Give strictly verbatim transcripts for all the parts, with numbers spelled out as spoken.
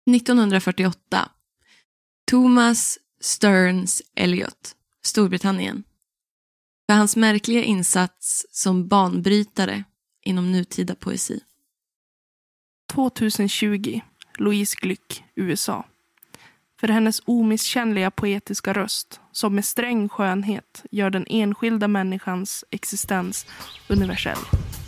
nittonhundrafyrtioåtta. Thomas Stearns Eliot, Storbritannien. För hans märkliga insats som banbrytare inom nutida poesi. tjugohundratjugo. Louise Glück, U S A. För hennes omisskännliga poetiska röst som med sträng skönhet gör den enskilda människans existens universell.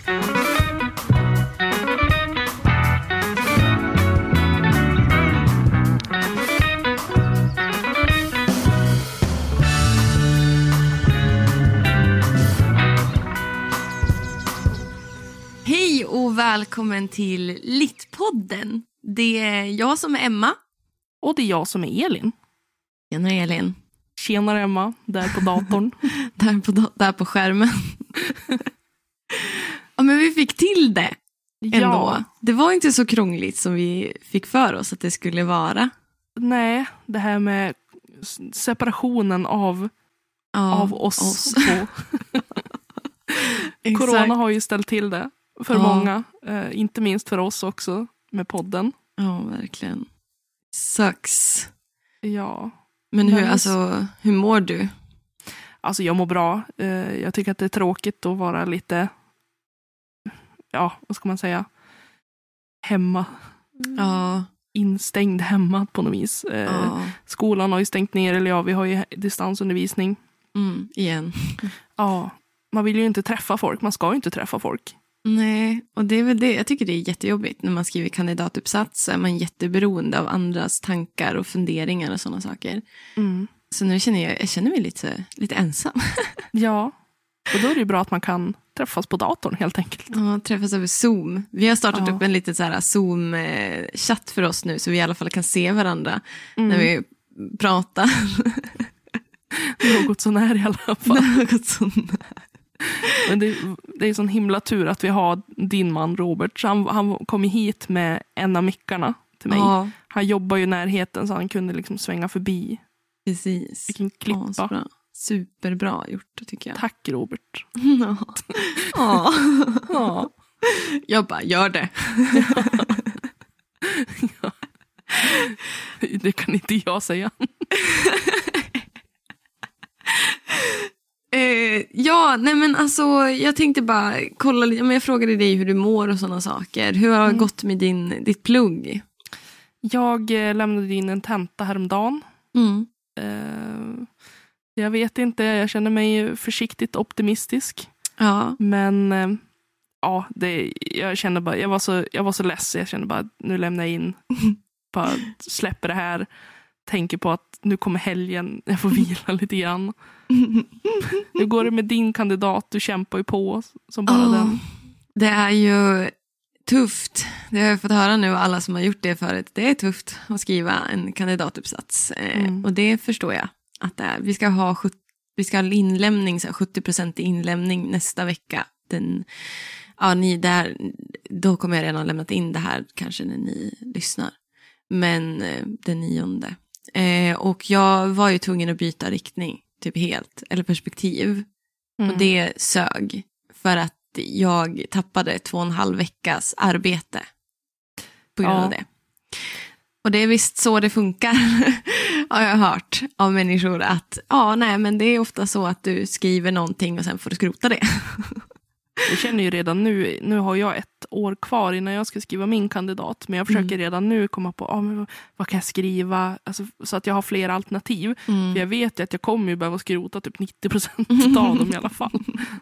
Hej och välkommen till Littpodden. Det är jag som är Emma. Och det är jag som är Elin. Tjena Elin. Tjenare Emma, där på datorn. där, på, där på skärmen. Ja, men vi fick till det ändå. Ja. Det var inte så krångligt som vi fick för oss att det skulle vara. Nej, det här med separationen av, ja, av oss, oss. två. Corona har ju ställt till det för ja. många. Eh, inte minst för oss också med podden. Ja, verkligen. Sucks. Ja. Men hur, Men, alltså, hur mår du? Alltså jag mår bra. Eh, jag tycker att det är tråkigt att vara lite, ja, vad ska man säga, hemma. Ja. Instängd hemma på något vis. Eh, ja. Skolan har ju stängt ner, eller ja, vi har ju distansundervisning. Mm, igen. Ja. Man vill ju inte träffa folk. Man ska ju inte träffa folk. Nej, och det är väl det. Jag tycker det är jättejobbigt när man skriver kandidatuppsats. Så är man jätteberoende av andras tankar och funderingar och sådana saker. Mm. Så nu känner jag, jag känner mig lite, lite ensam. Ja, och då är det ju bra att man kan träffas på datorn helt enkelt. Ja, träffas över Zoom. Vi har startat ja. upp en liten så här Zoom-chatt för oss nu. Så vi i alla fall kan se varandra mm. när vi pratar. Det har gått så när i alla fall. Det har gått så när. Men det, det är sån himla tur att vi har din man Robert. Så han, han kom hit med en av mickarna till mig. Ja. Han jobbar ju i närheten så han kunde liksom svänga förbi. Precis. Vilken klippa. Ja, bra. Superbra gjort tycker jag. Tack Robert. Ja. Ja. Ja. Jag bara, gör det. Ja. Det kan inte jag säga. Eh, ja, nej men alltså jag tänkte bara kolla lite, men jag frågade dig hur du mår och sådana saker. Hur har det mm. gått med din, ditt plugg? Jag eh, lämnade in en tenta häromdagen. Mm. Eh, jag vet inte, jag känner mig försiktigt optimistisk. Ja. Men eh, ja, det, jag känner bara, jag var så, jag var så ledsen, jag känner bara nu lämnar jag in, bara släpper det här. Tänker på att nu kommer helgen, jag får vila lite grann. Hur går det med din kandidat? Du kämpar ju på som bara oh, den. Det är ju tufft. Det har jag fått höra nu, alla som har gjort det förut. Det är tufft att skriva en kandidatuppsats. Mm. Och det förstår jag att det är. Vi ska ha, vi ska ha inlämning, så sjuttio procent i inlämning nästa vecka. Den, ja, ni där, då kommer jag redan ha lämnat in det här kanske när ni lyssnar. Men den nionde. Eh, och jag var ju tvungen att byta riktning, typ helt, eller perspektiv. Mm. Och det sög för att jag tappade två och en halv veckas arbete på grund ja. av det. Och det är visst så det funkar, har jag hört av människor, att ja, nej, men det är ofta så att du skriver någonting och sen får du skrota det. Jag känner ju redan nu, nu har jag ett år kvar innan jag ska skriva min kandidat. Men jag försöker mm. redan nu komma på, ah, men vad kan jag skriva? Alltså, så att jag har flera alternativ. Mm. För jag vet ju att jag kommer ju behöva skrota typ nittio procent av dem i alla fall.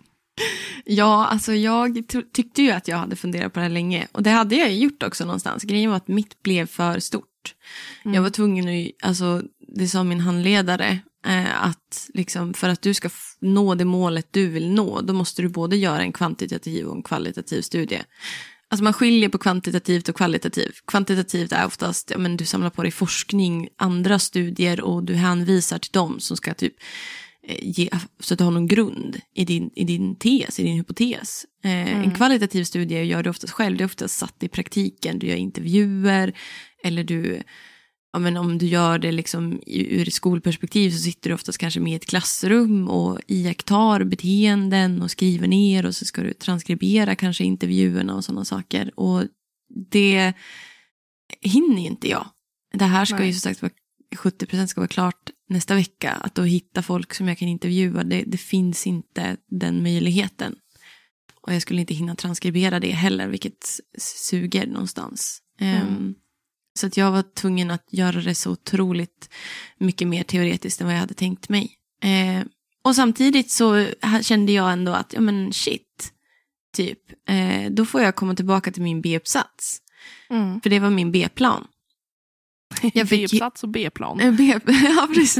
Ja, alltså jag t- tyckte ju att jag hade funderat på det här länge. Och det hade jag ju gjort också någonstans. Grejen var att mitt blev för stort. Mm. Jag var tvungen att, alltså det sa min handledare, eh, att liksom för att du ska f- nå det målet du vill nå, då måste du både göra en kvantitativ och en kvalitativ studie. Alltså man skiljer på kvantitativt och kvalitativt. Kvantitativt är oftast, ja, men du samlar på dig forskning, andra studier och du hänvisar till dem som ska typ ge, så att du har någon grund i din, i din tes, i din hypotes. Eh, mm. En kvalitativ studie gör du oftast själv, det är oftast satt i praktiken. Du gör intervjuer eller du, ja, men om du gör det liksom ur ett skolperspektiv så sitter du oftast kanske med i ett klassrum och iakttar beteenden och skriver ner och så ska du transkribera kanske intervjuerna och sådana saker. Och det hinner inte jag. Det här ska Nej. ju som sagt vara sjuttio procent ska vara klart nästa vecka. Att då hitta folk som jag kan intervjua, det, det finns inte den möjligheten. Och jag skulle inte hinna transkribera det heller, vilket suger någonstans. Mm. Um, så att jag var tvungen att göra det så otroligt mycket mer teoretiskt än vad jag hade tänkt mig. Uh, och samtidigt så kände jag ändå att, ja men shit, typ. Uh, då får jag komma tillbaka till min B-uppsats. Mm. För det var min B-plan. Jag fick B-uppsats och B-plan. B- ja, precis.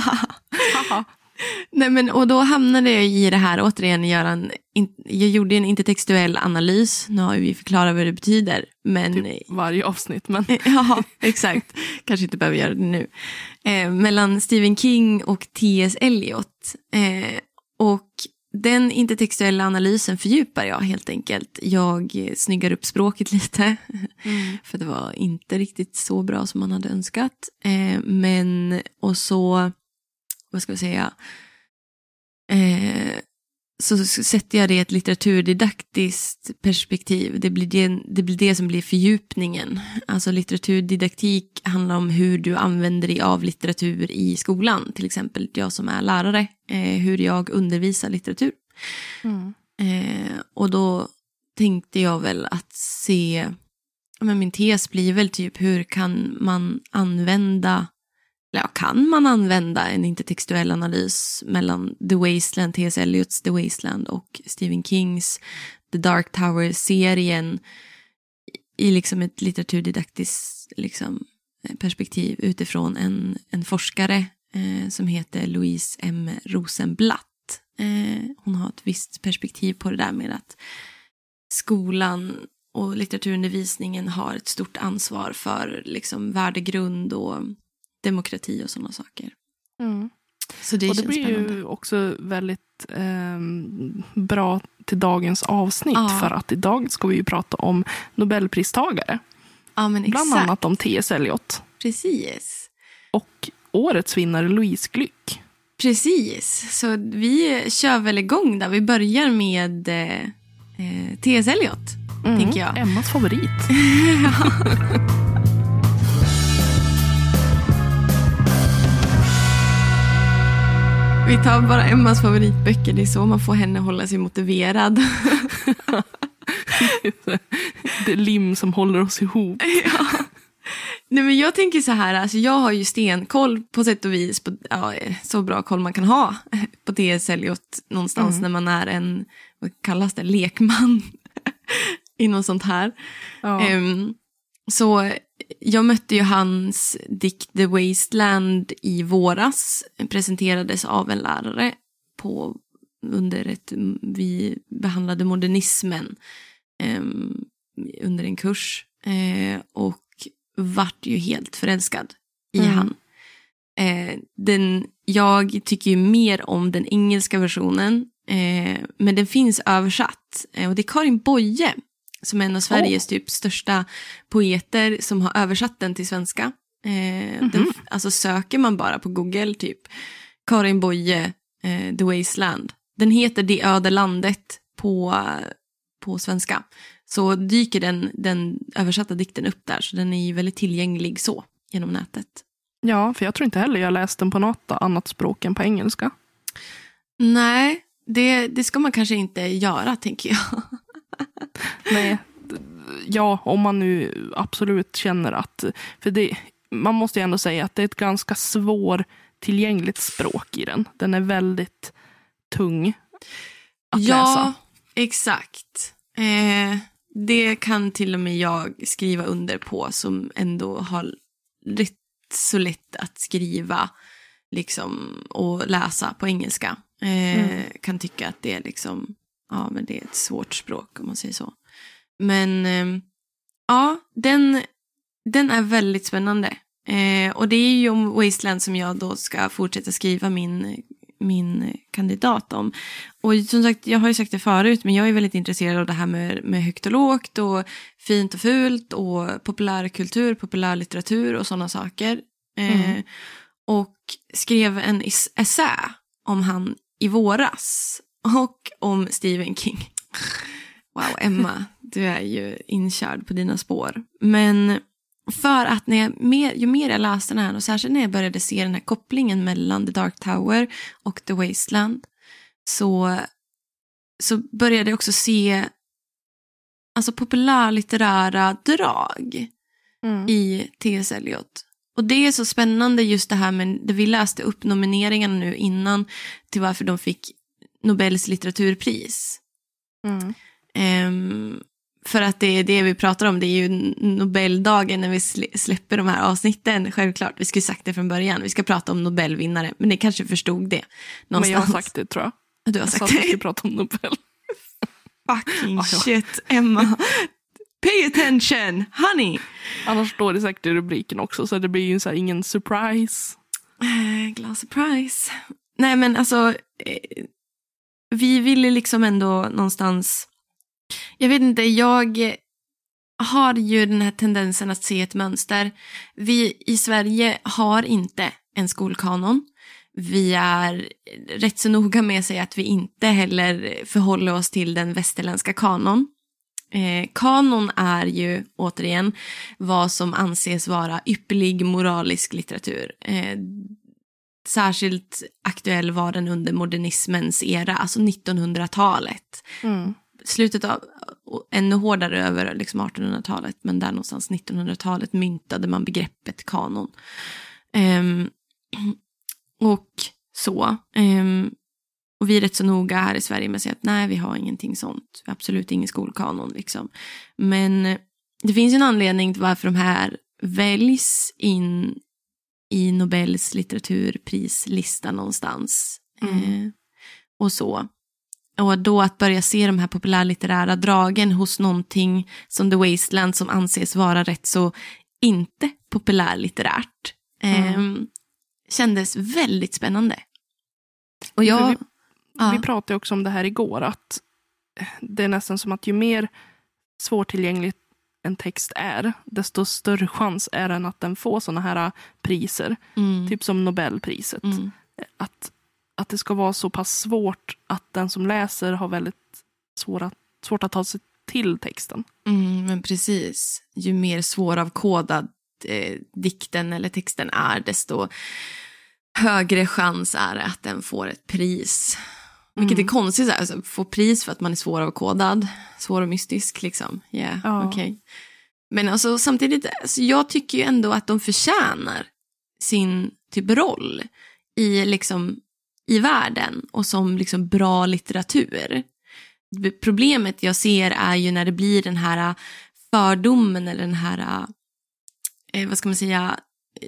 Nej, men, och då hamnade jag i det här återigen, göra en, in, jag gjorde en intertextuell analys, nu har vi förklarat vad det betyder. Men, typ varje avsnitt. Men. Ja, exakt. Kanske inte behöver göra det nu. Eh, mellan Stephen King och T S Eliot. Eh, och den intertextuella analysen fördjupar jag helt enkelt. Jag snyggar upp språket lite. Mm. För det var inte riktigt så bra som man hade önskat. Eh, men, och så... vad ska jag säga, eh, så sätter jag det i ett litteraturdidaktiskt perspektiv. Det blir det, det blir det som blir fördjupningen. Alltså litteraturdidaktik handlar om hur du använder dig av litteratur i skolan. Till exempel jag som är lärare, eh, hur jag undervisar litteratur. Mm. Eh, och då tänkte jag väl att se, men min tes blir väl typ hur kan man använda Ja, kan man använda en intertextuell analys mellan The Wasteland, T S Eliots The Wasteland och Stephen Kings The Dark Tower-serien i liksom ett litteraturdidaktiskt liksom, perspektiv utifrån en, en forskare eh, som heter Louise M. Rosenblatt. Eh, hon har ett visst perspektiv på det där med att skolan och litteraturundervisningen har ett stort ansvar för liksom, värdegrund och demokrati och sådana saker. Mm. Så det, och det känns blir spännande. Ju också väldigt eh, bra till dagens avsnitt. Ja. För att idag ska vi ju prata om Nobelpristagare. Ja, men bland exakt. annat om T S Eliot. Precis. Och årets vinnare Louise Glück. Precis. Så vi kör väl igång där. Vi börjar med eh, T S Eliot, mm. tänker jag. Emmas favorit. Ja. Vi tar bara Emmas favoritböcker. Det är så man får henne hålla sig motiverad. Det är lim som håller oss ihop. Ja. Nej, men jag tänker så här. Alltså jag har ju stenkoll på sätt och vis. På, ja, så bra koll man kan ha på T S Eliot någonstans mm. när man är en, vad kallas det, lekman. I något sånt här. Ja. Um, så... Jag mötte ju hans dikt The Wasteland i våras. Presenterades av en lärare på, under ett, vi behandlade modernismen eh, under en kurs. Eh, och vart ju helt förälskad i mm. han. Eh, den, jag tycker ju mer om den engelska versionen. Eh, men den finns översatt. Eh, och det är Karin Boye som är en av Sveriges oh. typ största poeter som har översatt den till svenska. Eh, mm-hmm. den, alltså söker man bara på Google typ Karin Boye, eh, The Wasteland. Den heter Det öde landet på, på svenska. Så dyker den, den översatta dikten upp där. Så den är ju väldigt tillgänglig så genom nätet. Ja, för jag tror inte heller jag läst den på något annat språk än på engelska. Nej, det, det ska man kanske inte göra, tänker jag. Nej, ja, om man nu absolut känner att, för det, man måste ju ändå säga att det är ett ganska svår tillgängligt språk i den. Den är väldigt tung att ja, läsa. Ja, exakt. Eh, det kan till och med jag skriva under på som ändå har rätt så lätt att skriva liksom, och läsa på engelska. Eh, mm. Kan tycka att det är liksom ja, men det är ett svårt språk om man säger så. Men eh, ja, den, den är väldigt spännande. Eh, och det är ju om Wasteland som jag då ska fortsätta skriva min, min kandidat om. Och som sagt, jag har ju sagt det förut, men jag är väldigt intresserad av det här med, med högt och lågt och fint och fult och populärkultur, populärlitteratur och sådana saker. Eh, mm. Och skrev en essä om han i våras. Och om Stephen King. Wow, Emma, du är ju inkörd på dina spår. Men för att när jag mer, ju mer jag läste den här och särskilt när jag började se den här kopplingen mellan The Dark Tower och The Wasteland så, så började jag också se alltså populärlitterära drag mm. i T S Eliot. Och det är så spännande just det här med det vi läste upp nomineringarna nu innan till varför de fick Nobels litteraturpris. Mm. Um, för att det är det vi pratar om, det är ju Nobeldagen när vi släpper de här avsnitten, självklart. Vi skulle sagt det från början, vi ska prata om Nobelvinnare, men det kanske förstod det någonstans. Men jag har sagt det, tror jag. Du har jag sagt sa det. att vi ska prata om Nobel. Fucking shit, Emma. Pay attention, honey. Annars står det säkert i rubriken också, så det blir ju så här ingen surprise. Uh, glad surprise. Nej, men alltså eh, vi ville liksom ändå någonstans, jag vet inte, jag har ju den här tendensen att se ett mönster. Vi i Sverige har inte en skolkanon. Vi är rätt så noga med att säga att vi inte heller förhåller oss till den västerländska kanon. Eh, kanon är ju, återigen, vad som anses vara ypperlig moralisk litteratur. Eh, särskilt aktuell var den under modernismens era, alltså nittonhundratalet. Mm. Slutet av, ännu hårdare över liksom artonhundratalet, men där någonstans nittonhundratalet myntade man begreppet kanon. Um, och så. Um, och vi är rätt så noga här i Sverige med att säga att nej, vi har ingenting sånt. Absolut ingen skolkanon liksom. Men det finns ju en anledning till varför de här väljs in i Nobels litteraturprislista någonstans. Mm. Eh, och så. Och då att börja se de här populärlitterära dragen hos någonting som The Wasteland som anses vara rätt så inte populärlitterärt. Mm. Eh, kändes väldigt spännande. Och jag... Vi, ja. vi pratade också om det här igår, att det är nästan som att ju mer svårtillgängligt en text är, desto större chans är den att den får såna här priser. Mm. Typ som Nobelpriset. Mm. Att, att det ska vara så pass svårt att den som läser har väldigt svåra, svårt att ta sig till texten. Mm, men precis. Ju mer svåravkodad eh, dikten eller texten är, desto högre chans är det att den får ett pris. Vilket mm. är konstigt, alltså, få pris för att man är svåravkodad, svår och mystisk liksom. Yeah, ja, okej. Okay. Men alltså samtidigt, alltså, jag tycker ju ändå att de förtjänar sin typ roll i liksom i världen och som liksom bra litteratur. Problemet jag ser är ju när det blir den här fördomen eller den här eh, vad ska man säga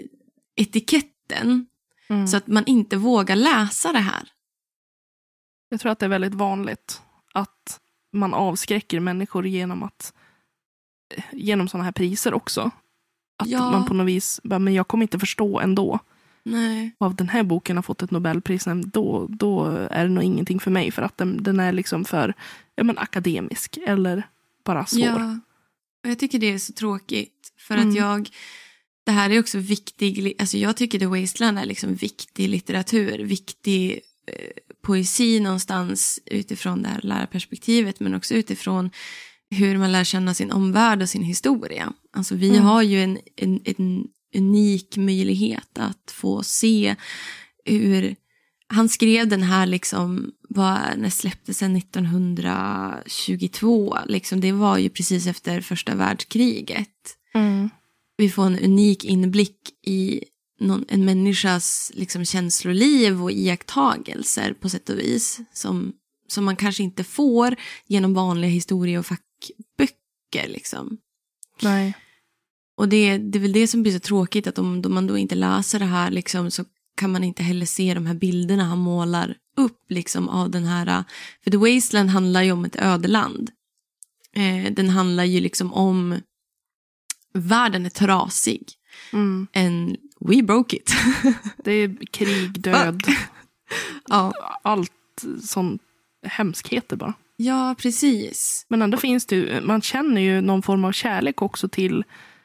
etiketten mm. så att man inte vågar läsa det här. Jag tror att det är väldigt vanligt att man avskräcker människor genom att genom sådana här priser också. Att ja. man på något vis bara, men jag kommer inte förstå ändå. Nej. Av den här boken har fått ett Nobelpris, då, då är det nog ingenting för mig, för att den, den är liksom för ja, men akademisk eller bara svår. Ja, och jag tycker det är så tråkigt för mm. att jag, det här är också viktig, alltså jag tycker The Wasteland är liksom viktig litteratur, viktig eh, poesi någonstans utifrån det här lärarperspektivet, men också utifrån hur man lär känna sin omvärld och sin historia. Alltså vi mm. har ju en, en, en unik möjlighet att få se hur han skrev den här liksom, vad, när släpptes sen nittonhundratjugotvå liksom, det var ju precis efter första världskriget. Mm. Vi får en unik inblick i någon, en människas liksom känsloliv och iakttagelser på sätt och vis som, som man kanske inte får genom vanliga historie- och fackböcker liksom. Nej. Och det, det är väl det som blir så tråkigt, att om, om man då inte läser det här liksom, så kan man inte heller se de här bilderna han målar upp liksom, av den här, för The Wasteland handlar ju om ett ödeland. Eh, den handlar ju liksom om världen är trasig. Mm. And we broke it. Det är krig, död. Ja. Allt sånt hemskheter bara. Ja, precis. Men ändå finns det ju, man känner ju någon form av kärlek också till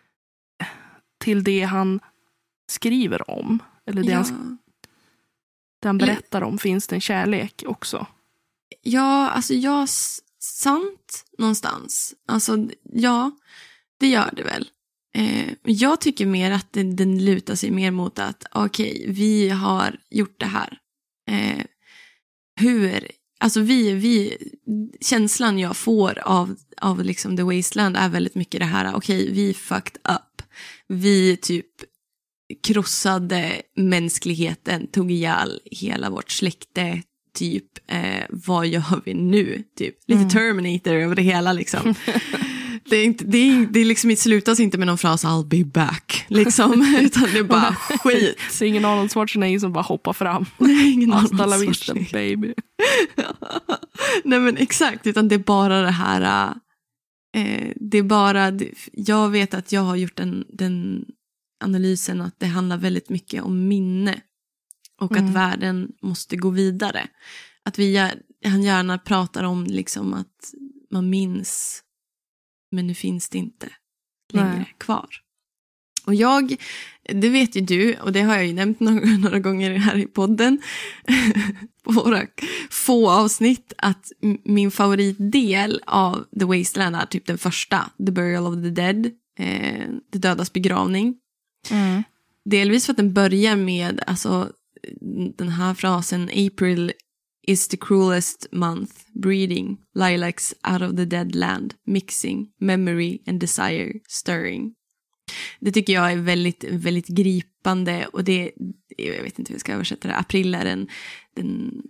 till det han skriver om. Eller det, ja. han, det han berättar om, finns det en kärlek också. Ja, alltså jag sant någonstans. Alltså, ja, det gör det väl. Eh, jag tycker mer att den, den lutar sig mer mot att okej, okay, vi har gjort det här. Eh, hur, alltså vi, vi, känslan jag får av, av liksom The Wasteland är väldigt mycket det här, okej, okay, vi fucked up. Vi typ krossade mänskligheten, tog ihjäl hela vårt släkte, typ, eh, vad gör vi nu? Typ, lite mm. Terminator över det hela liksom. Det är, inte, det, är, det är liksom, det slutas inte med någon fras I'll be back, liksom, utan det är bara skit. Det är ingen Arnold Schwarzenegger som bara hoppar fram. Nej, ingen Arnold Schwarzenegger, baby. Nej men exakt, utan det är bara det här, eh, det är bara, det, jag vet att jag har gjort den, den analysen att det handlar väldigt mycket om minne och mm. att världen måste gå vidare. Att vi, han gärna pratar om liksom att man minns, men nu finns det inte längre Nej. Kvar. Och jag, det vet ju du, och det har jag ju nämnt några, några gånger här i podden på våra få avsnitt, att min favoritdel av The Wasteland är typ den första, The Burial of the Dead, eh, Det dödas begravning. Mm. Delvis för att den börjar med alltså, den här frasen April is the cruelest month, breeding lilacs out of the dead land, mixing memory and desire stirring. Det tycker jag är väldigt, väldigt gripande, och det, jag vet inte hur jag ska översätta det, april är den, den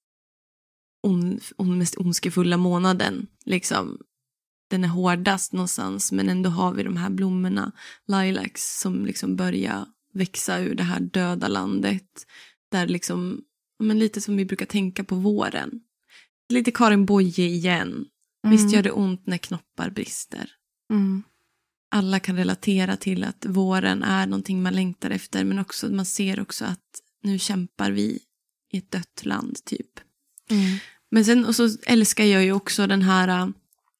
on, on, mest ondskefulla månaden, liksom. Den är hårdast någonstans, men ändå har vi de här blommorna, lilacs, som liksom börjar växa ur det här döda landet, där liksom, men lite som vi brukar tänka på våren. Lite Karin Boye igen. Mm. Visst gör det ont när knoppar brister. Mm. Alla kan relatera till att våren är någonting man längtar efter, men också man ser också att nu kämpar vi i ett dött land typ. Mm. Men sen och så älskar jag ju också den här,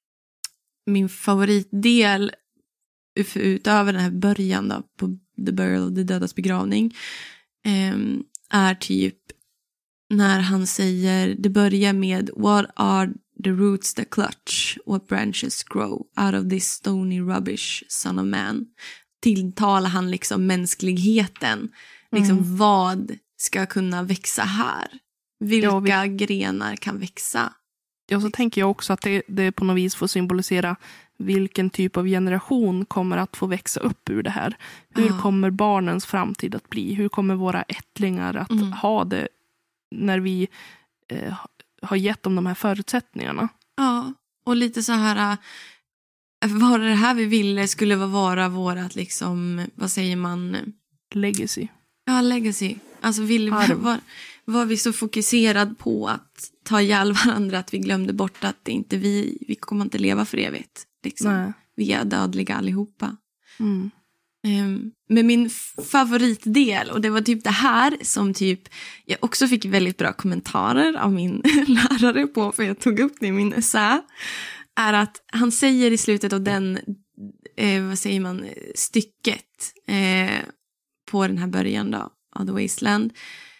min favoritdel utöver den här början då, på The Burial, det dödas begravning, um, är typ när han säger, det börjar med what are the roots that clutch, what branches grow out of this stony rubbish, son of man. Tilltalar han liksom mänskligheten, liksom mm. vad ska kunna växa här? Vilka ja, vi... grenar kan växa? Ja, så tänker jag också att det, det på något vis får symbolisera vilken typ av generation kommer att få växa upp ur det här. Hur ja. Kommer barnens framtid att bli? Hur kommer våra ättlingar att mm. ha det när vi eh, har gett dem de här förutsättningarna? Ja, och lite så här, var det här vi ville skulle vara vårat liksom, vad säger man? Legacy. Ja, legacy. Alltså vill, var, var vi så fokuserad på att ta ihjäl varandra att vi glömde bort att det inte vi, vi kommer inte leva för evigt. Liksom. Vi är dödliga allihopa. Mm. Um, men min favoritdel, och det var typ det här som typ jag också fick väldigt bra kommentarer av min lärare på, för jag tog upp det i min essä, är att han säger i slutet av den eh, vad säger man, stycket eh, på den här början då, av The Wasteland,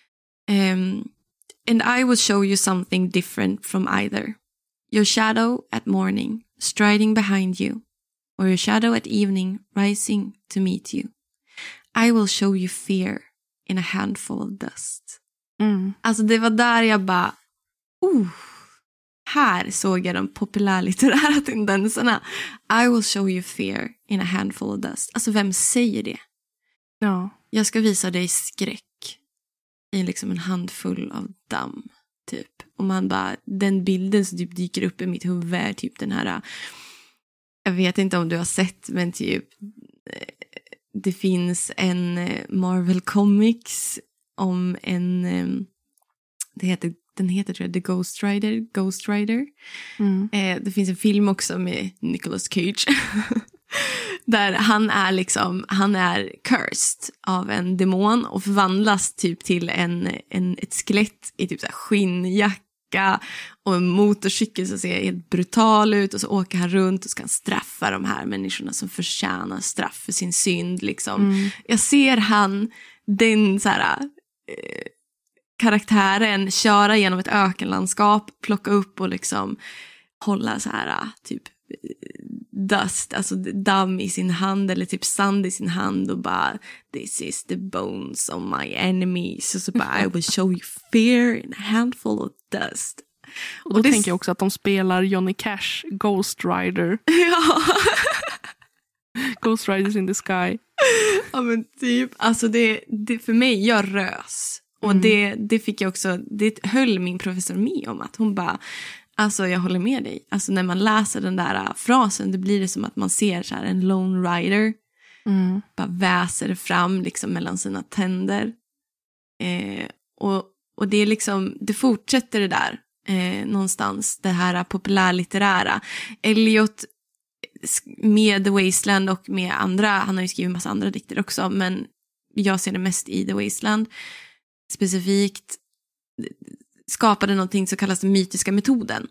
um, and I will show you something different from either your shadow at morning striding behind you, or your shadow at evening rising to meet you. I will show you fear in a handful of dust. Mm. Alltså det var där jag bara, oh, här såg jag de populärlitterära tendenserna. I will show you fear in a handful of dust. Alltså vem säger det? Ja. Jag ska visa dig skräck i liksom en handfull av damm, typ. Och man bara, den bilden som typ dyker upp i mitt huvud är typ den här, jag vet inte om du har sett, men typ det finns en Marvel Comics om en, det heter, den heter tror jag The Ghost Rider, Ghost Rider. Mm. Det finns en film också med Nicolas Cage där han är liksom, han är cursed av en demon och förvandlas typ till en, en, ett skelett i typ så här skinnjacka och en motorcykel som ser helt brutal ut, och så åker han runt och ska han straffa de här människorna som förtjänar straff för sin synd liksom. Mm. Jag ser han, den så här eh, karaktären köra genom ett ökenlandskap, plocka upp och liksom hålla så här typ dust, alltså damm i sin hand eller typ sand i sin hand och bara this is the bones of my enemies. Och så bara I will show you fear in a handful of dust. Och då och det... tänker jag också att de spelar Johnny Cash, Ghost Rider. Ja. Ghost Riders in the sky. Ja men typ, alltså det, det för mig, jag rös. Och mm. det, det fick jag också, det höll min professor med om att hon bara, alltså jag håller med dig. Alltså när man läser den där frasen, det blir det som att man ser så här en lone rider. Mm. Bara väser fram liksom mellan sina tänder. Eh, och, och det är liksom, det fortsätter det där eh, någonstans, det här populärlitterära. Eliot med The Wasteland och med andra, han har ju skrivit en massa andra dikter också, men jag ser det mest i The Wasteland specifikt, skapade någonting som kallas den mytiska metoden.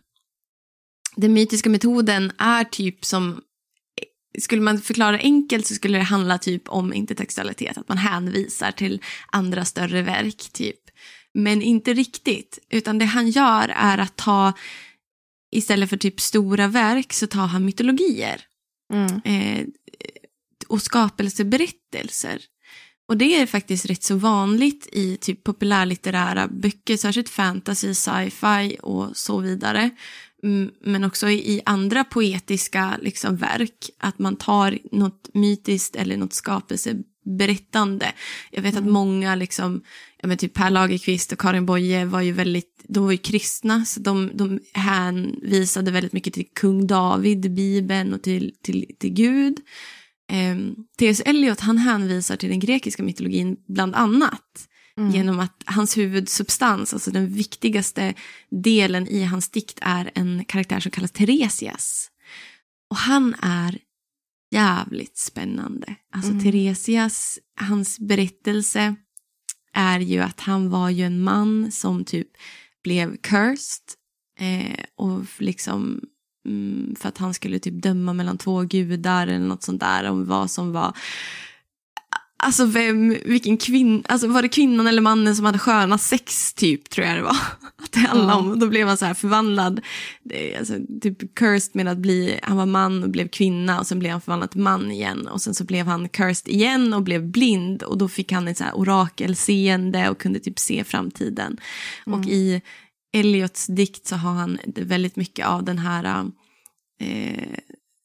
Den mytiska metoden är typ som, skulle man förklara enkelt så skulle det handla typ om intertextualitet, att man hänvisar till andra större verk typ, men inte riktigt, utan det han gör är att ta, istället för typ stora verk så tar han mytologier mm. eh, och skapelseberättelser. Och det är faktiskt rätt så vanligt i typ populärlitterära böcker, särskilt fantasy, sci-fi och så vidare. Mm, men också i andra poetiska liksom, verk, att man tar något mytiskt eller något skapelseberättande. Jag vet mm. att många, liksom, ja, men typ Per Lagerkvist och Karin Boye var ju väldigt, de var ju kristna, så de, de hänvisade väldigt mycket till kung David, Bibeln och till, till, till Gud. Um, T S Eliot, han hänvisar till den grekiska mytologin bland annat mm. genom att hans huvudsubstans, alltså den viktigaste delen i hans dikt, är en karaktär som kallas Teresias. Och han är jävligt spännande. Alltså mm. Teresias, hans berättelse är ju att han var ju en man som typ blev cursed eh, och liksom för att han skulle typ döma mellan två gudar eller något sånt där, om vad som var, alltså vem, vilken kvinna, alltså var det kvinnan eller mannen som hade sköna sex typ, tror jag det var. Att det handlade om, och då blev han så här förvandlad, det, alltså typ cursed med att bli, han var man och blev kvinna och sen blev han förvandlad till man igen och sen så blev han cursed igen och blev blind och då fick han ett så här orakelseende och kunde typ se framtiden. Mm. Och i Eliots dikt så har han väldigt mycket av den här eh,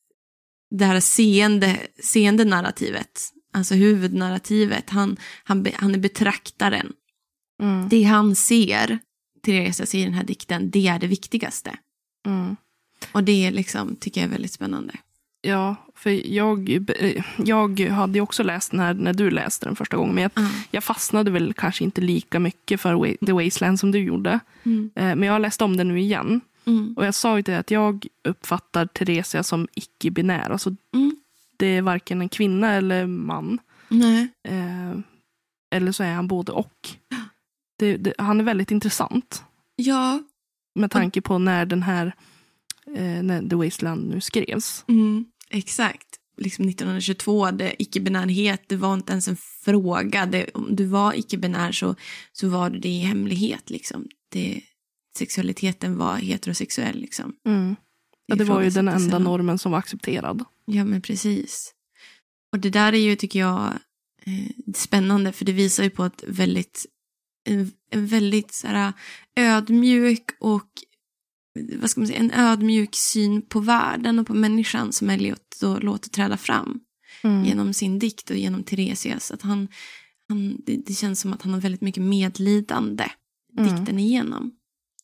det här seende, seende narrativet, alltså huvudnarrativet. Han, han, han är betraktaren. Mm. Det han ser, Teresias i den här dikten, det är det viktigaste. Mm. Och det är liksom, tycker jag är väldigt spännande. Ja, för jag, jag hade ju också läst den här när du läste den första gången. Men jag, mm. jag fastnade väl kanske inte lika mycket för The Wasteland som du gjorde. Mm. Men jag har läst om den nu igen. Mm. Och jag sa ju det att jag uppfattar Teresia som icke-binär. Alltså mm. det är varken en kvinna eller man. Nej. Eh, eller så är han både och. Det, det, han är väldigt intressant. Ja. Med tanke på när den här eh, när The Wasteland nu skrevs. Mm. Exakt. Liksom nittonhundratjugotvå, det icke-binärhet, det var inte ens en fråga. Det, om du var icke-binär så, så var det i hemlighet. Liksom. Det, sexualiteten var heterosexuell. Liksom. Mm. Ja, det var ju den enda normen som var accepterad. Ja, men precis. Och det där är ju, tycker jag, eh, spännande, för det visar ju på ett väldigt, en, en väldigt så här, ödmjuk och vad ska man säga, en ödmjuk syn på världen och på människan som Eliot då låter träda fram mm. genom sin dikt och genom Teresias. Att han, han, det, det känns som att han har väldigt mycket medlidande mm. dikten igenom.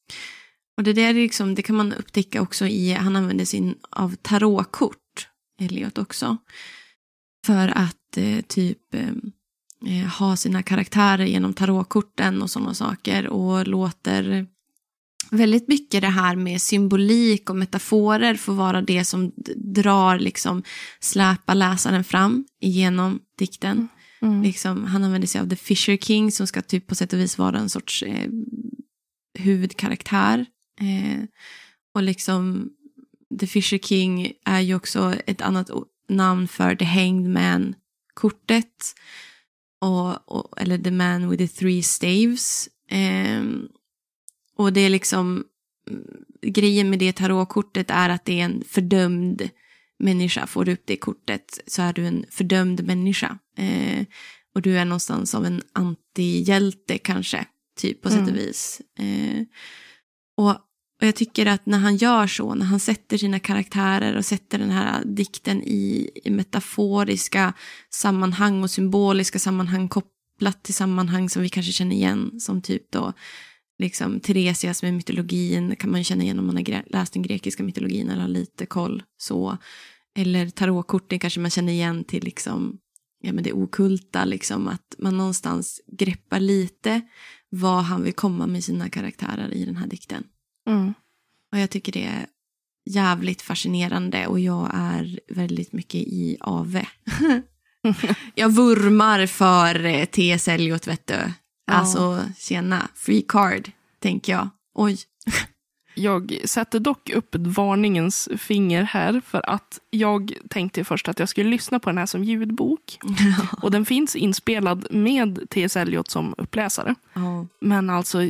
Och det där är liksom, det kan man upptäcka också i, han använder sin av tarotkort, Eliot också, för att eh, typ eh, ha sina karaktärer genom tarotkorten och sådana saker, och låter väldigt mycket det här med symbolik och metaforer får vara det som drar, liksom släpa läsaren fram igenom dikten. Mm. Liksom, han använder sig av The Fisher King som ska typ på sätt och vis vara en sorts eh, huvudkaraktär. Eh, och liksom The Fisher King är ju också ett annat namn för The Hanged Man-kortet. Och, och, eller The Man with the Three Staves. Eh, och det är liksom grejen med det tarotkortet är att det är en fördömd människa. Får du upp det kortet så är du en fördömd människa. Eh, och du är någonstans av en antihjälte kanske, typ på sätt och vis. Eh, och, och jag tycker att när han gör så, när han sätter sina karaktärer och sätter den här dikten i, i metaforiska sammanhang och symboliska sammanhang kopplat till sammanhang som vi kanske känner igen, som typ då liksom Tiresias med mytologin kan man ju känna igen om man har gre- läst den grekiska mytologin eller har lite koll så. Eller tarotkorten kanske man känner igen till liksom, ja, men det okulta, liksom, att man någonstans greppar lite vad han vill komma med sina karaktärer i den här dikten. Mm. Och jag tycker det är jävligt fascinerande och jag är väldigt mycket i ave. Jag vurmar för T S Eliot, vet du. Ja. Alltså, tjena, free card, tänker jag. Oj. Jag sätter dock upp ett varningens finger här för att jag tänkte först att jag skulle lyssna på den här som ljudbok. Ja. Och den finns inspelad med T S Eliot som uppläsare. Ja. Men alltså,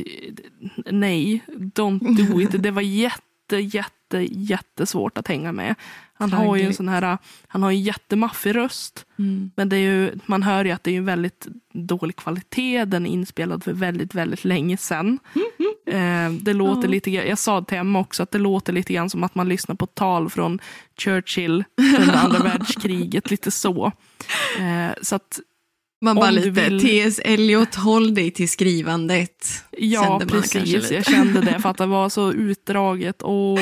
nej, don't do it. Det var jätte, jätte, jättesvårt att hänga med. Han Taggligt. har ju en sån här, han har en jättemaffig röst. Mm. Men det är ju, man hör ju att det är en väldigt dålig kvalitet. Den är inspelad för väldigt, väldigt länge sedan. Mm. Eh, det låter mm. lite, jag sa till Emma också att det låter lite grann som att man lyssnar på tal från Churchill under andra världskriget, lite så. Eh, så att man bara lite, vill... T S Eliot, håll dig till skrivandet. Ja, precis. Jag kände det för att det var så utdraget och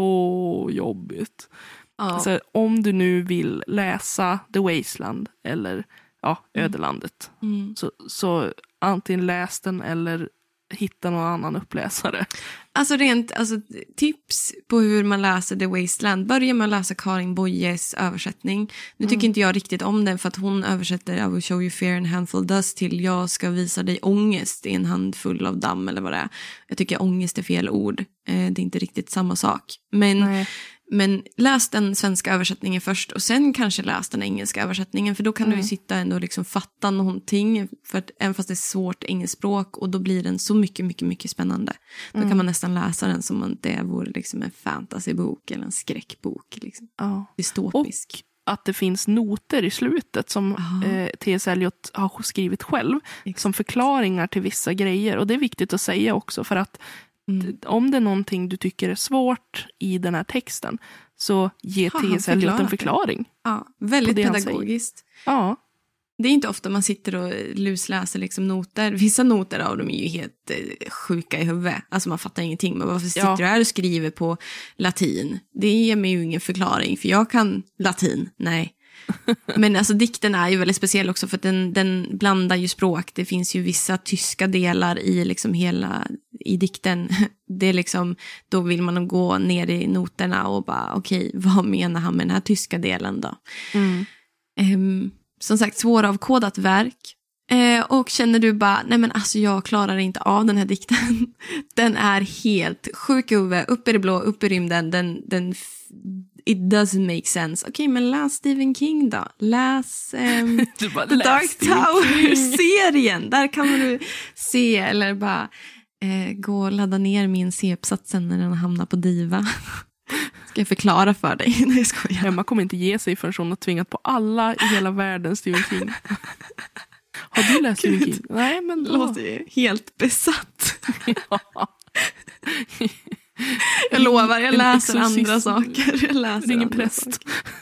så jobbigt. Ja. Alltså, om du nu vill läsa The Wasteland eller ja, Ödelandet mm. så, så antingen läs den eller hitta någon annan uppläsare. Alltså rent alltså, tips på hur man läser The Wasteland. Börja med att läsa Karin Boyes översättning. Nu tycker mm. inte jag riktigt om den för att hon översätter I will show you fear and handful dust till jag ska visa dig ångest i en handfull av damm eller vad det är. Jag tycker ångest är fel ord. Eh, det är inte riktigt samma sak. Men, men läs den svenska översättningen först och sen kanske läs den engelska översättningen för då kan mm. du ju sitta ändå och liksom fatta någonting för att även fast det är svårt engelskspråk och då blir den så mycket, mycket, mycket spännande. Då mm. kan man nästan läsa den som om det vore liksom en fantasybok eller en skräckbok. Liksom. Ja. Dystopisk. Och att det finns noter i slutet som eh, T S Eliot har skrivit själv. Exakt. Som förklaringar till vissa grejer. Och det är viktigt att säga också för att mm. om det är någonting du tycker är svårt i den här texten så ge T S Eliot en förklaring. Ja, väldigt pedagogiskt. Ja. Det är inte ofta man sitter och lusläser liksom noter. Vissa noter av dem är ju helt eh, sjuka i huvudet. Alltså man fattar ingenting. Men varför sitter ja. du här och skriver på latin? Det ger mig ju ingen förklaring. För jag kan latin. Nej. Men alltså dikten är ju väldigt speciell också. För att den, den blandar ju språk. Det finns ju vissa tyska delar i liksom hela i dikten. Det är liksom, då vill man gå ner i noterna och bara okej, okay, vad menar han med den här tyska delen då? Mm. Um, Som sagt, svåravkodat verk. Eh, och känner du bara, nej men alltså jag klarar inte av den här dikten. Den är helt sjuk i huvudet, upp i det blå, upp i rymden. Den, den, it doesn't make sense. Okej, okay, men läs Stephen King då. Läs um, The Dark Tower-serien. Där kan du se, eller bara eh, gå och ladda ner min C-uppsatsen när den hamnar på Diva. Ska jag förklara för dig? Nej, jag skojar. Emma kommer inte ge sig förrän hon har tvingat på alla i hela världen Stephen King. Har du läst Stephen King? Nej, men då... Låter ju helt besatt. Ja. Jag lovar, jag läser andra saker. Jag läser ingen präst.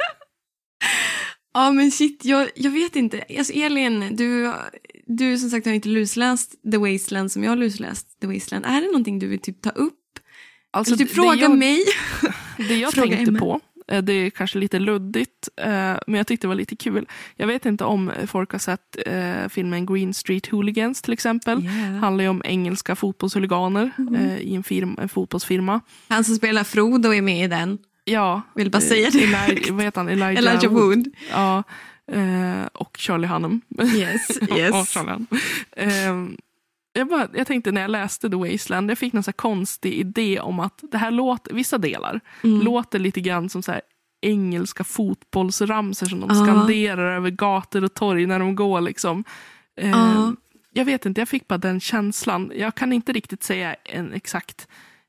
Ja, men shit, jag, jag vet inte. Alltså, Elin, du, du som sagt har inte lusläst The Wasteland som jag har lusläst The Wasteland. Är det någonting du vill typ ta upp? Alltså, Eller typ fråga jag, mig. Det jag fråga tänkte Emma. på, det är kanske lite luddigt, men jag tyckte det var lite kul. Jag vet inte om folk har sett filmen Green Street Hooligans till exempel. Yeah. Handlar ju om engelska fotbollshuliganer mm. i en, firma, en fotbollsfirma. Han som spelar Frodo är med i den. Ja. Vill bara säga det. Eli, vad heter han? Elijah, Elijah Wood. Wood. Ja. Och Charlie Hunnam. Yes, yes. och Charlie Hunnam. Jag, bara, jag tänkte när jag läste The Wasteland, jag fick någon så här konstig idé om att det här låter, vissa delar mm. låter lite grann som så här engelska fotbollsramser som de uh. skanderar över gator och torg när de går liksom. Uh. Eh, jag vet inte, jag fick bara den känslan. Jag kan inte riktigt säga en exakt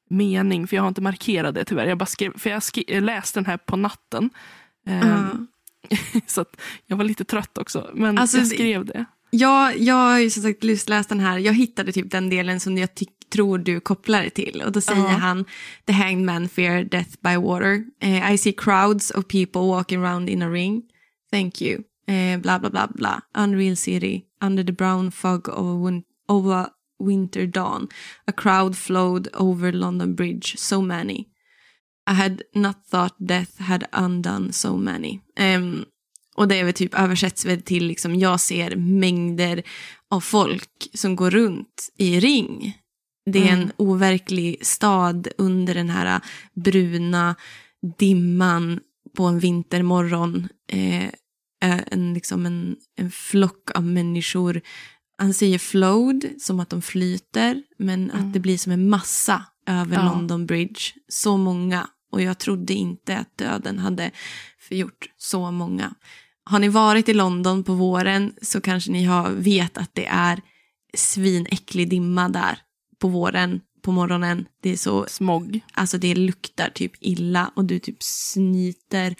mening, för jag har inte markerat det tyvärr. Jag bara skrev, för jag, skrev, jag läste den här på natten. Mm. Så att jag var lite trött också, men alltså, jag skrev det. Jag, jag har ju som sagt läst den här. Jag hittade typ den delen som jag ty- tror du kopplar det till. Och då säger uh-huh. han: The hanged man fear death by water. Uh, I see crowds of people walking around in a ring. Thank you. Uh, bla bla bla bla. Unreal city. Under the brown fog of a, win- of a winter dawn. A crowd flowed over London Bridge. So many. I had not thought death had undone so many. Um, och det är väl typ översätts väl till liksom, jag ser mängder av folk som går runt i ring. Det är mm. en overklig stad under den här bruna dimman på en vintermorgon. Eh, en, liksom en, en flock av människor. Han säger flowed, som att de flyter, men mm. att det blir som en massa över ja. London Bridge. Så många. Och jag trodde inte att döden hade förgjort så många. Har ni varit i London på våren så kanske ni har vet att det är svinäcklig dimma där på våren, på morgonen. Det är så smog. Alltså det luktar typ illa och du typ snyter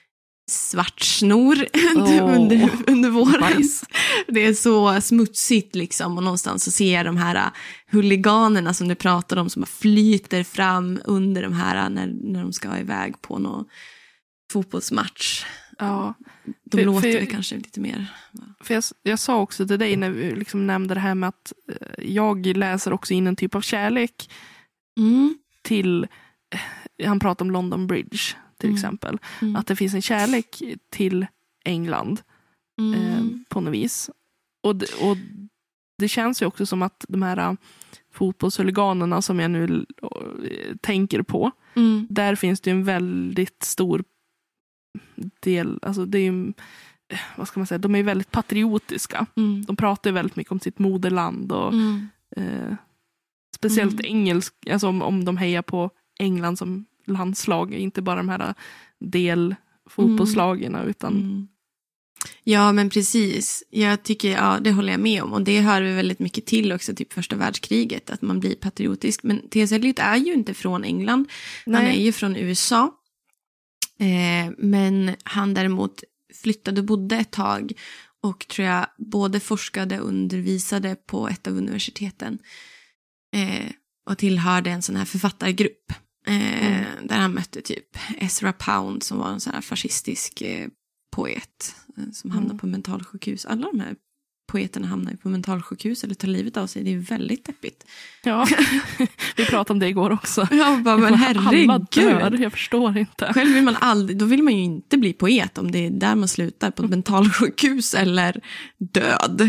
svart snor oh, under, under våren. Nice. Det är så smutsigt liksom, och någonstans så ser jag de här huliganerna som du pratar om som bara flyter fram under de här när, när de ska iväg på någon fotbollsmatch. Ja. De för, låter för, det kanske lite mer. För jag, jag sa också till dig när vi liksom nämnde det här med att jag läser också in en typ av kärlek mm. till, han pratar om London Bridge till mm. exempel. Mm. Att det finns en kärlek till England mm. eh, på något vis. Och det, och det känns ju också som att de här fotbollshuliganerna som jag nu äh, tänker på, mm. där finns det en väldigt stor del, alltså det är ju, vad ska man säga, de är väldigt patriotiska. Mm. De pratar ju väldigt mycket om sitt moderland och mm. eh, speciellt mm. engelsk, alltså om, om de hejar på England som landslag, inte bara de här del fotbollslagen mm. utan mm. Ja, men precis. Jag tycker, ja, det håller jag med om. Och det hör vi väldigt mycket till också, typ första världskriget, att man blir patriotisk. Men T S Eliot är ju inte från England. Nej. Han är ju från U S A. Eh, men han däremot flyttade och bodde ett tag och tror jag både forskade och undervisade på ett av universiteten. Eh, och tillhörde en sån här författargrupp. Eh, mm. Där han mötte typ Ezra Pound som var en sån här fascistisk eh, poet eh, som hamnade mm. på mentalsjukhus. Alla de här poeterna hamnar ju på mentalsjukhus eller tar livet av sig. Det är väldigt deppigt. Ja, vi pratade om det igår också. Ja, bara, men herregud. Alla dör, jag förstår inte. Själv vill man aldrig, då vill man ju inte bli poet om det är där man slutar, på ett mentalsjukhus eller död.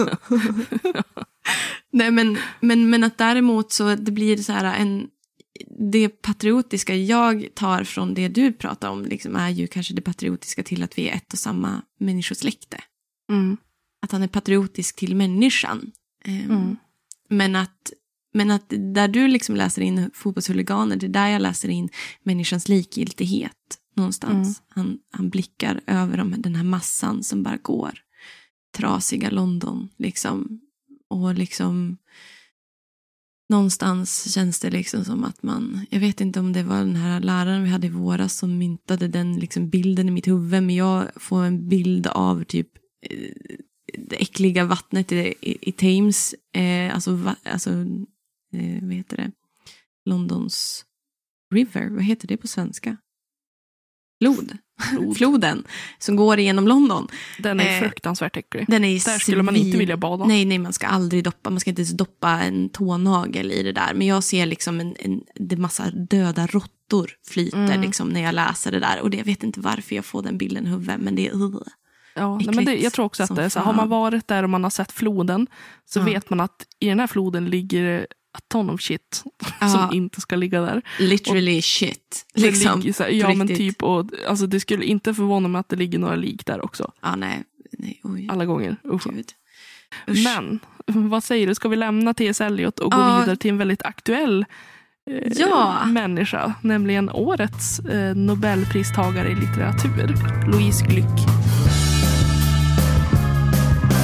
Nej, men, men, men att däremot så det blir så här en, det patriotiska jag tar från det du pratar om liksom är ju kanske det patriotiska till att vi är ett och samma människosläkte. Mm. Att han är patriotisk till människan. Um, mm. Men att men att där du liksom läser in fotbollshuliganer, det är där jag läser in människans likgiltighet någonstans. Mm. Han, han blickar över de, den här massan som bara går. Trasiga London liksom. Och liksom någonstans känns det liksom som att man, jag vet inte om det var den här läraren vi hade i våras som myntade den liksom bilden i mitt huvud, men jag får en bild av typ det äckliga vattnet i, i, i Thames, eh, alltså, va, alltså eh, vad heter det? Londons River, vad heter det på svenska? Flod. Flod. Floden som går igenom London. Den är eh, fruktansvärt äcklig. Den är där svin... skulle man inte vilja bada. Nej, nej, man ska aldrig doppa. Man ska inte ens doppa en tånagel i det där. Men jag ser liksom en, en, det massa döda råttor flyter mm. liksom när jag läser det där. Och det, jag vet inte varför jag får den bilden i huvudet, men det är uh, ja, nej, men det, jag tror också att det är så. Har man varit där och man har sett floden så ja. vet man att i den här floden ligger a ton of shit ja. som inte ska ligga där. Literally och shit. Liksom, så här, ja, men typ, och, alltså, det skulle inte förvåna mig att det ligger några lik där också. Ja, nej. nej oj. Alla gånger. Usch. Usch. Men, vad säger du? Ska vi lämna T S Eliot och gå ja. vidare till en väldigt aktuell eh, ja. människa, nämligen årets eh, Nobelpristagare i litteratur, Louise Glück.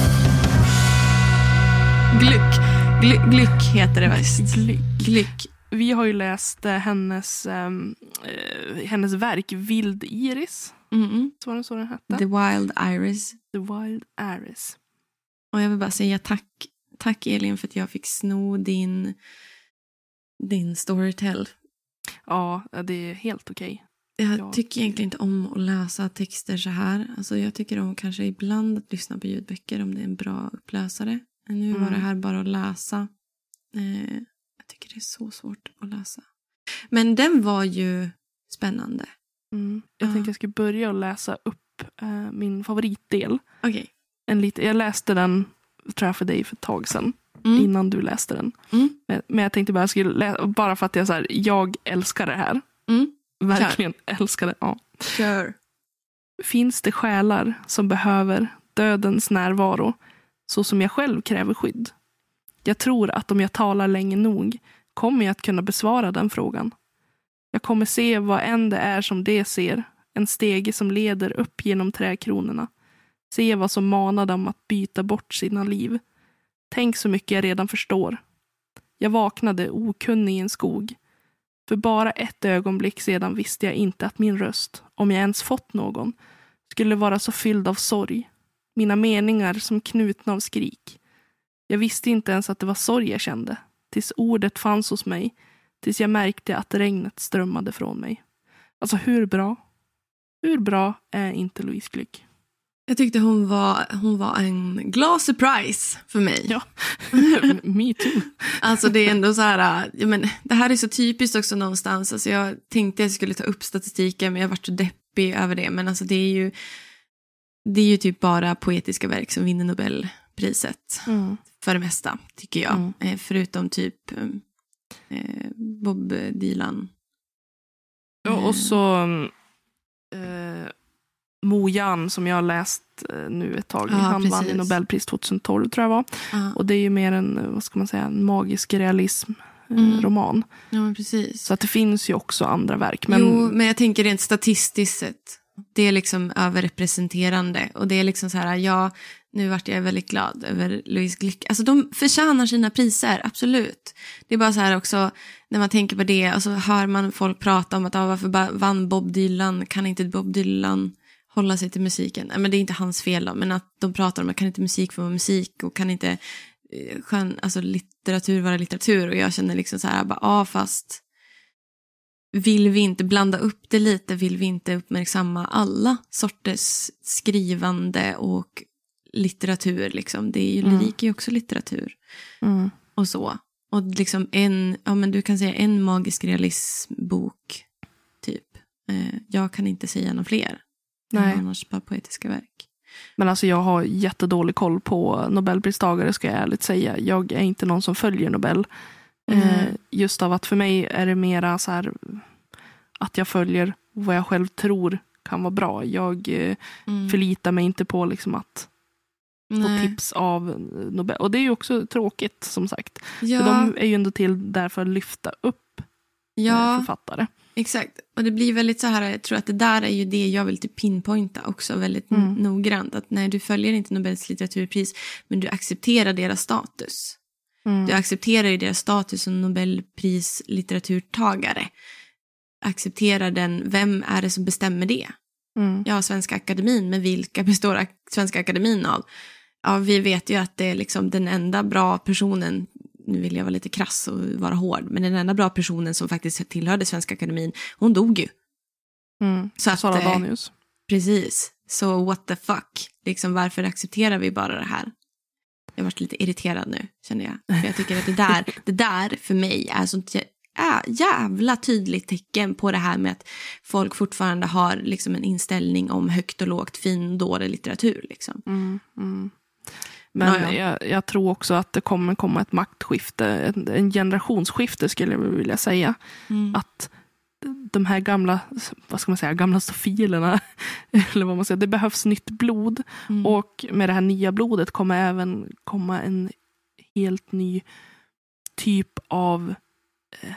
Glück. Gl- Glück heter det visst. Glück. Glück. vi har ju läst eh, hennes, eh, hennes verk Vild Iris. Mm-mm. Så var det så den hette. The Wild Iris. The Wild Iris. Och jag vill bara säga tack, tack Elin för att jag fick sno din, din storytell. Ja, det är helt okej. Jag Ja. tycker egentligen inte om att läsa texter så här. Alltså jag tycker om kanske ibland att lyssna på ljudböcker om det är en bra upplösare. Men nu Mm. var det här bara att läsa. Eh, jag tycker det är så svårt att läsa. Men den var ju spännande. Mm. Jag Ja. tänkte jag skulle börja att läsa upp eh, min favoritdel. Okej. En lite, jag läste den tror jag för dig för ett tag sedan. Mm. Innan du läste den. Mm. Men, men jag tänkte bara jag skulle läsa, bara för att jag så här, jag älskar det här. Mm. Verkligen älskar det. Ja. Kör. Finns det själar som behöver dödens närvaro så som jag själv kräver skydd? Jag tror att om jag talar länge nog kommer jag att kunna besvara den frågan. Jag kommer se vad än det är som det ser, en stege som leder upp genom trädkronorna. Se vad som manar dem att byta bort sina liv. Tänk så mycket jag redan förstår. Jag vaknade okunnig i en skog. För bara ett ögonblick sedan visste jag inte att min röst, om jag ens fått någon, skulle vara så fylld av sorg. Mina meningar som knutna av skrik. Jag visste inte ens att det var sorg jag kände. Tills ordet fanns hos mig. Tills jag märkte att regnet strömmade från mig. Alltså hur bra? Hur bra är inte Louise Glück? Jag tyckte hon var, hon var en glad surprise för mig. Ja, me too. Alltså det är ändå så här, ja, men det här är så typiskt också någonstans. Alltså jag tänkte jag skulle ta upp statistiken men jag var så deppig över det. Men alltså det är ju, det är ju typ bara poetiska verk som vinner Nobelpriset. Mm. För det mesta, tycker jag. Mm. Eh, förutom typ eh, Bob Dylan. Ja, och så eh, Mo Yan som jag har läst eh, nu ett tag. Ja, han precis. Vann i Nobelpris tjugohundratolv tror jag var. Ja. Och det är ju mer en, vad ska man säga, en magisk realism eh, mm. roman. Ja, men precis. Så att det finns ju också andra verk. Men... Jo, men jag tänker rent statistiskt sett. Det är liksom överrepresenterande. Och det är liksom så här, ja, nu vart jag väldigt glad över Louise Glück. Alltså de förtjänar sina priser, absolut. Det är bara så här också, när man tänker på det, och så hör man folk prata om att ah, varför vann Bob Dylan, kan inte Bob Dylan hålla sig till musiken? Men det är inte hans fel då, men att de pratar om att kan inte musik få vara musik och kan inte eh, skön, alltså litteratur vara litteratur. Och jag känner liksom så här, bara, ah, fast vill vi inte blanda upp det lite, vill vi inte uppmärksamma alla sorters skrivande och litteratur liksom. Det är ju, mm. lyrik är ju också litteratur. Mm. Och så. Och liksom en, ja men du kan säga en magisk realismbok typ. Eh, jag kan inte säga några fler. Nej. Annars bara poetiska verk. Men alltså jag har jättedålig koll på Nobelpristagare ska jag ärligt säga. Jag är inte någon som följer Nobel. Mm. Eh, just av att för mig är det mera så här att jag följer vad jag själv tror kan vara bra. Jag eh, mm. förlitar mig inte på liksom att få tips av Nobel. Och det är ju också tråkigt som sagt. Ja. För de är ju ändå till därför att lyfta upp ja. författare. Exakt. Och det blir väldigt så här, jag tror att det där är ju det jag vill typ pinpointa också väldigt mm. noggrant. Att nej, du följer inte Nobels litteraturpris men du accepterar deras status. Mm. Du accepterar ju deras status som Nobelpris litteraturtagare. Accepterar den, vem är det som bestämmer det? Mm. Ja, Svenska Akademin, men vilka består Svenska Akademin av? Ja, vi vet ju att det är liksom den enda bra personen, nu vill jag vara lite krass och vara hård, men den enda bra personen som faktiskt tillhörde Svenska Akademin, hon dog ju. Mm. Så att, Sara Danius. Precis, så what the fuck? Liksom, varför accepterar vi bara det här? Jag har varit lite irriterad nu, känner jag. För jag tycker att det där, det där för mig är sånt äh, jävla tydligt tecken på det här med att folk fortfarande har liksom en inställning om högt och lågt, fin och dålig litteratur. Liksom. Mm, mm. Men ja, ja. Jag, jag tror också att det kommer komma ett maktskifte, en, en generationsskifte skulle jag vilja säga. Mm. Att de här gamla, vad ska man säga, gamla stofilerna, eller vad man säger, det behövs nytt blod. Mm. Och med det här nya blodet kommer även komma en helt ny typ av eh,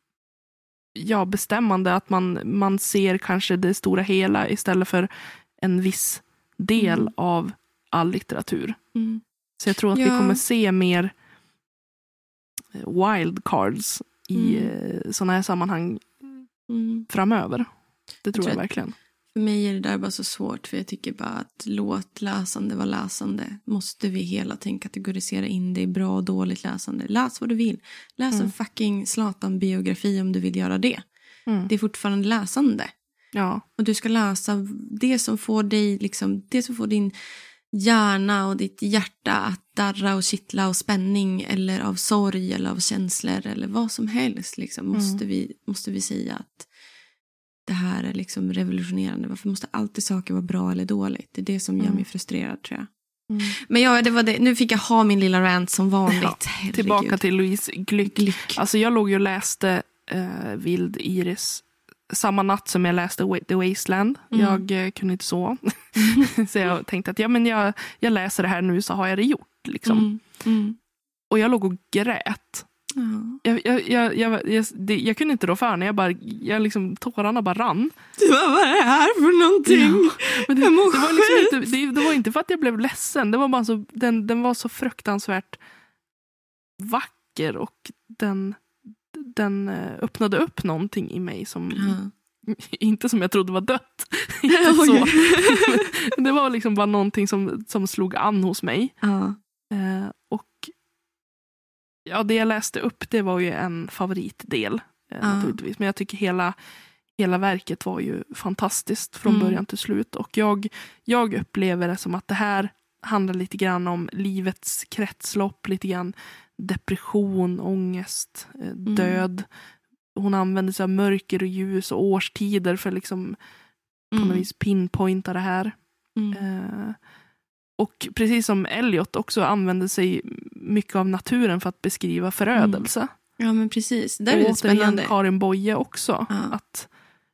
ja, bestämmande. Att man, man ser kanske det stora hela istället för en viss del mm. av all litteratur. Mm. Så jag tror att ja. vi kommer se mer wildcards i Mm. sådana här sammanhang Mm. framöver. Det tror jag, jag verkligen. För mig är det där bara så svårt, för jag tycker bara att låt läsande vara läsande. Måste vi hela tiden kategorisera in det i bra och dåligt läsande? Läs vad du vill. Läs Mm. en fucking Zlatan-biografi om du vill göra det. Mm. Det är fortfarande läsande. Ja. Och du ska läsa det som får dig, liksom, det som får din hjärna och ditt hjärta att darra och kittla av spänning eller av sorg eller av känslor eller vad som helst. Liksom. Måste, Mm. vi, måste vi säga att det här är liksom revolutionerande. Varför måste alltid saker vara bra eller dåligt? Det är det som gör Mm. mig frustrerad, tror jag. Mm. Men ja, det var det. Nu fick jag ha min lilla rant som vanligt. Ja, Herregud. tillbaka till Louise Glück. Glück. Alltså jag låg ju och läste eh, Vild Iris samma natt som jag läste Wa- The Wasteland. Mm. Jag eh, kunde inte så. Så jag tänkte att ja, men jag, jag läser det här nu så har jag det gjort. Liksom. Mm. Mm. Och jag låg och grät. Ja. Jag, jag, jag, jag, jag, det, jag kunde inte rå för när jag bara, jag liksom, tårarna bara rann. Vad var det här för någonting? Ja, men det, Jag mår det, var liksom skit. inte, det, det var inte för att jag blev ledsen. Det var bara så, den, den var så fruktansvärt vacker och den, den eh, öppnade upp någonting i mig som Ja. inte som jag trodde var dött. Inte så. Det var liksom bara någonting som, som slog an hos mig. Ja. Eh, och ja, det jag läste upp, det var ju en favoritdel eh, Ja. naturligtvis. Men jag tycker hela, hela verket var ju fantastiskt från Mm. början till slut. Och jag, jag upplever det som att det här handlar lite grann om livets kretslopp, lite grann depression, ångest, eh, död. Hon använder sig av mörker och ljus och årstider för liksom på något Mm. vis pinpointa det här. Mm. Eh, och precis som Eliot också använder sig mycket av naturen för att beskriva förödelse. Ja, men precis. Det Och är lite återigen spännande. Karin Boye också. Ja. Att,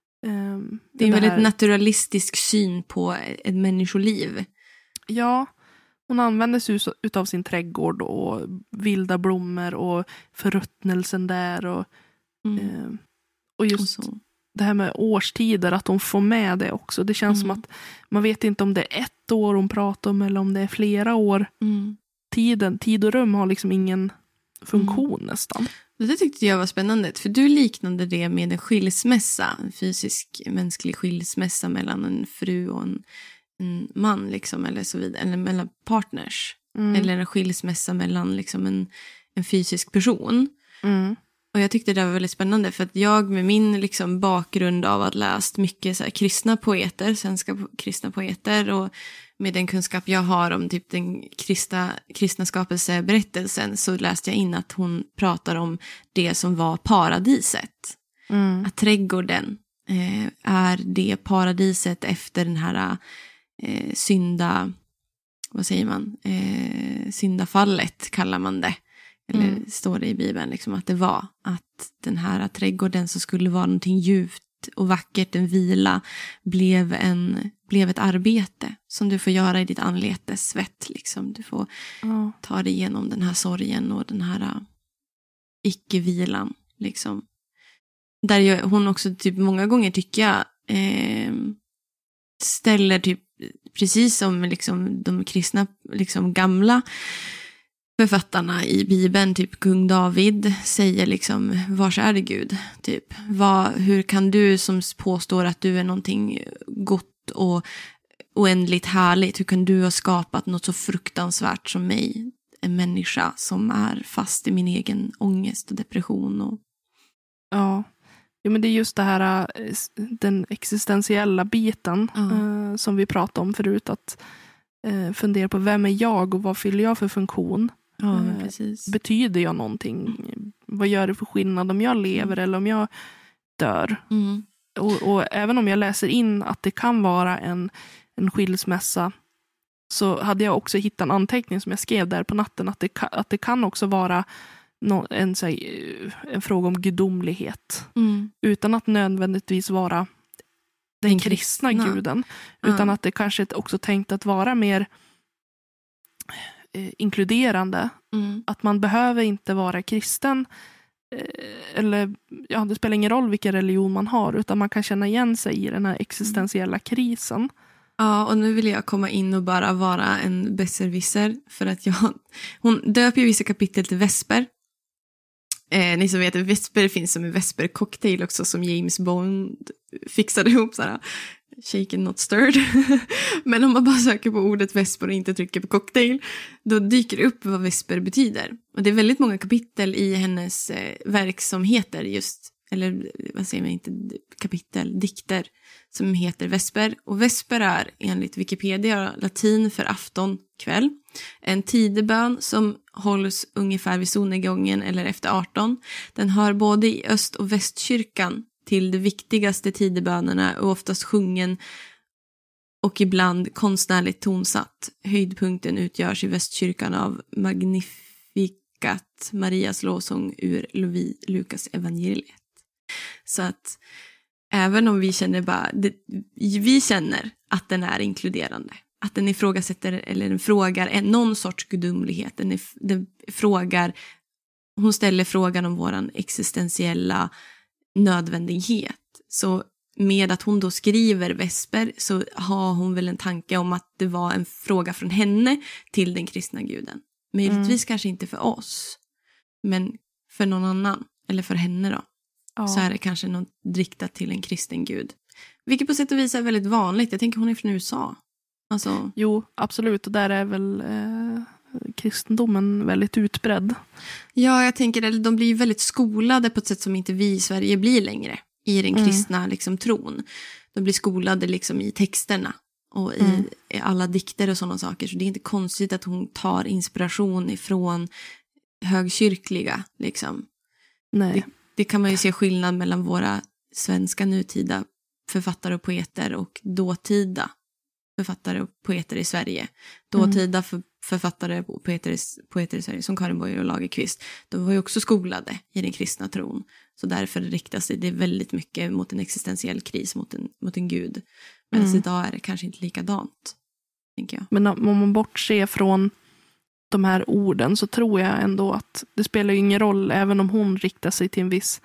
ehm, Det är en väldigt här- naturalistisk syn på ett människoliv. Ja, hon använder sig utav sin trädgård och vilda blommor och förruttnelsen där. Och, Mm. ehm, och Och just så. det här med årstider, att hon får med det också. Det känns Mm. som att man vet inte om det är ett år hon pratar om eller om det är flera år. Mm. Tiden, tid och rum har liksom ingen funktion nästan. Det tyckte jag var spännande, för du liknade det med en skilsmässa, en fysisk mänsklig skilsmässa mellan en fru och en, en man liksom, eller så vidare, eller mellan partners. Mm. Eller en skilsmässa mellan liksom en, en fysisk person. Mm. Och jag tyckte det var väldigt spännande, för att jag med min liksom bakgrund av att läst mycket så här kristna poeter, svenska po- kristna poeter, och med den kunskap jag har om typ den kristna, kristna skapelseberättelsen, så läste jag in att hon pratar om det som var paradiset. Mm. Att trädgården eh, är det paradiset efter den här eh, synda, vad säger man, eh, syndafallet kallar man det. Eller Mm. står det i Bibeln liksom, att det var att den här trädgården som skulle vara någonting djupt och vackert, en vila, blev, en, blev ett arbete som du får göra i ditt anletes svett. Liksom. Du får Ja. ta dig igenom den här sorgen och den här uh, icke-vilan. Liksom. Där jag, hon också typ många gånger tycker jag eh, ställer typ precis som liksom, de kristna liksom, gamla författarna i Bibeln, typ kung David, säger liksom, vars är det Gud? Typ, vad, hur kan du som påstår att du är någonting gott och oändligt härligt, hur kan du ha skapat något så fruktansvärt som mig? En människa som är fast i min egen ångest och depression. Och... Ja. Jo, men det är just det här, eh, den existentiella biten Ja. eh, som vi pratade om förut. Att eh, fundera på vem är jag och vad fyller jag för funktion? Ja, Eh, men precis. Betyder jag någonting? Vad gör det för skillnad om jag lever eller om jag dör? Mm. Och, och även om jag läser in att det kan vara en, en skilsmässa, så hade jag också hittat en anteckning som jag skrev där på natten, att det, ka, att det kan också vara no, en, så, en fråga om gudomlighet. Mm. Utan att nödvändigtvis vara den, Den kristna, kristna. guden. Ja. Utan att det kanske är också tänkt att vara mer eh, inkluderande. Mm. Att man behöver inte vara kristen. Eh, eller ja, det spelar ingen roll vilken religion man har. Utan man kan känna igen sig i den här existentiella krisen. Ja, och nu vill jag komma in och bara vara en besserwisser, för att jag, hon döper ju vissa kapitel till vesper. Eh, ni som vet att vesper finns som en vespercocktail också som James Bond fixade ihop såhär. Shaken not stirred. Men om man bara söker på ordet vesper och inte trycker på cocktail, då dyker det upp vad vesper betyder. Och det är väldigt många kapitel i hennes eh, verk som heter just, eller vad säger man, inte kapitel, dikter som heter vesper. Och vesper är enligt Wikipedia latin för afton, kväll. En tidebön som hålls ungefär vid solnedgången eller efter arton. Den hör både i öst- och västkyrkan till de viktigaste tidebönerna och oftast sjungen och ibland konstnärligt tonsatt. Höjdpunkten utgörs i västkyrkan av Magnificat, Marias lovsång ur Lovi, Lukas evangeliet. Så att även om vi känner bara, det, vi känner att den är inkluderande. Att den ifrågasätter eller den frågar en, någon sorts gudomlighet. Den, är, den frågar, hon ställer frågan om våran existentiella nödvändighet. Så med att hon då skriver vesper så har hon väl en tanke om att det var en fråga från henne till den kristna guden. Möjligtvis mm. kanske inte för oss, men för någon annan, eller för henne då. Ja. Så är det kanske något riktat till en kristen gud. Vilket på sätt och vis är väldigt vanligt. Jag tänker hon är från U S A. Alltså... Jo, absolut. Och där är väl eh, kristendomen väldigt utbredd. Ja, jag tänker att de blir väldigt skolade på ett sätt som inte vi i Sverige blir längre. I den kristna mm. liksom, tron. De blir skolade liksom, i texterna. Och i, mm. i alla dikter och sådana saker. Så det är inte konstigt att hon tar inspiration ifrån högkyrkliga. Liksom. Nej. Det, det kan man ju se skillnad mellan våra svenska nutida författare och poeter och dåtida författare och poeter i Sverige. Dåtida för, författare och poeter, poeter i Sverige som Karin Boye och Lagerkvist, de var ju också skolade i den kristna tron. Så därför riktas det väldigt mycket mot en existentiell kris, mot en, mot en gud. Men mm. idag är det kanske inte likadant, tänker jag. Men om man bortser från de här orden så tror jag ändå att det spelar ju ingen roll även om hon riktar sig till en viss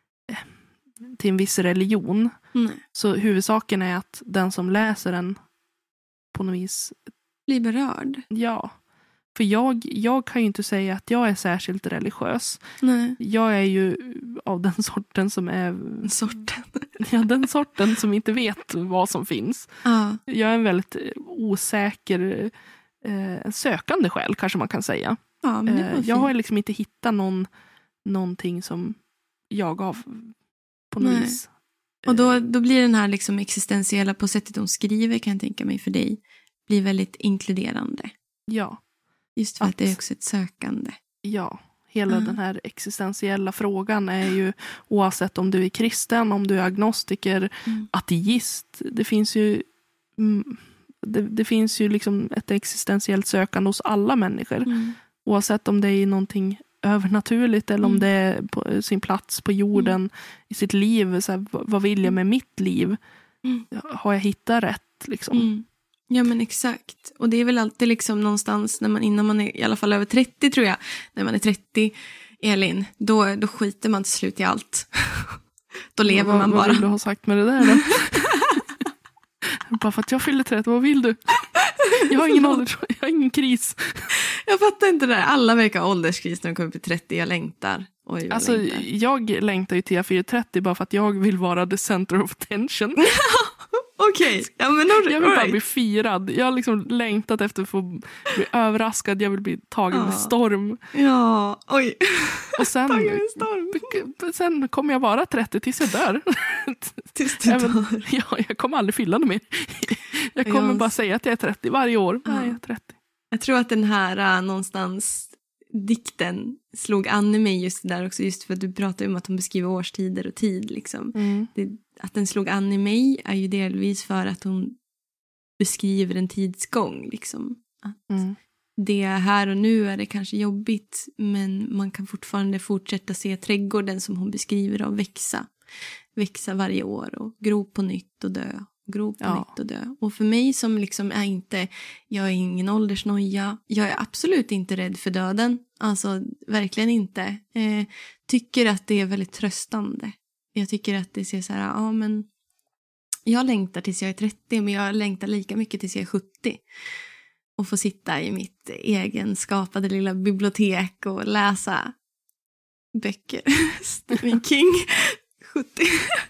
till en viss religion. Mm. Så huvudsaken är att den som läser den på något vis blir berörd. Ja. För jag, jag kan ju inte säga att jag är särskilt religiös. Nej. Jag är ju av den sorten som är... Sorten? Ja, den sorten som inte vet vad som finns. Ah. Jag är en väldigt osäker eh, sökande själ, kanske man kan säga. Ja, men det var fint. Jag har liksom inte hittat någon, någonting som jag av på något Nej. vis. Och då, då blir den här liksom existentiella på sättet hon skriver, kan jag tänka mig för dig, blir väldigt inkluderande. Ja. Just för att, att det är också ett sökande. Ja, hela uh. den här existentiella frågan är ju oavsett om du är kristen, om du är agnostiker, mm. ateist. Det finns ju mm, det, det finns ju liksom ett existentiellt sökande hos alla människor. Mm. Oavsett om det är någonting övernaturligt eller mm. om det är på sin plats på jorden mm. i sitt liv. Så här, vad vill jag med mitt liv? Mm. Har jag hittat rätt liksom? Mm. Ja, men exakt. Och det är väl alltid liksom någonstans när man, innan man är i alla fall över trettio tror jag, när man är trettio, Elin, då, då skiter man till slut i allt. Då lever ja, man bara. Vad vill du ha sagt med det där då? Bara för att jag fyller trettio, vad vill du? Jag har ingen ålder, jag har ingen kris. Jag fattar inte det där. Alla verkar ha ålderskris när de kommer upp till trettio, jag längtar. Oj, jag alltså, längtar. Jag längtar ju till jag fyller trettio bara för att jag vill vara the center of attention. Okej, okay. Ja, men all, jag vill bara right. bli firad. Jag har liksom längtat efter att få bli överraskad. Jag vill bli tagen ja. med storm. Ja, oj. Och sen, tagen med storm. Sen kommer jag vara trettio tills jag dör. Tills du Även, dör. Ja, jag kommer aldrig fylla det mer. Jag kommer jag bara säga att jag är trettio varje år. Ja. Nej, jag är trettio. Jag tror att den här uh, någonstans dikten slog an i mig just där också, just för att du pratade om att hon beskriver årstider och tid liksom. Mm. Det, att den slog an i mig är ju delvis för att hon beskriver en tidsgång liksom. Att mm. det här och nu är det kanske jobbigt, men man kan fortfarande fortsätta se trädgården som hon beskriver och växa. Växa varje år och gro på nytt och dö. Gro på ja. nytt och dö. Och för mig som liksom är inte, jag är ingen åldersnoja, jag är absolut inte rädd för döden. Alltså verkligen inte. Eh, tycker att det är väldigt tröstande. Jag tycker att det ser så här, ja men jag längtar tills jag är trettio, men jag längtar lika mycket tills jag är sjuttio. Och få sitta i mitt egen skapade lilla bibliotek och läsa böcker. Stephen King, sjuttio.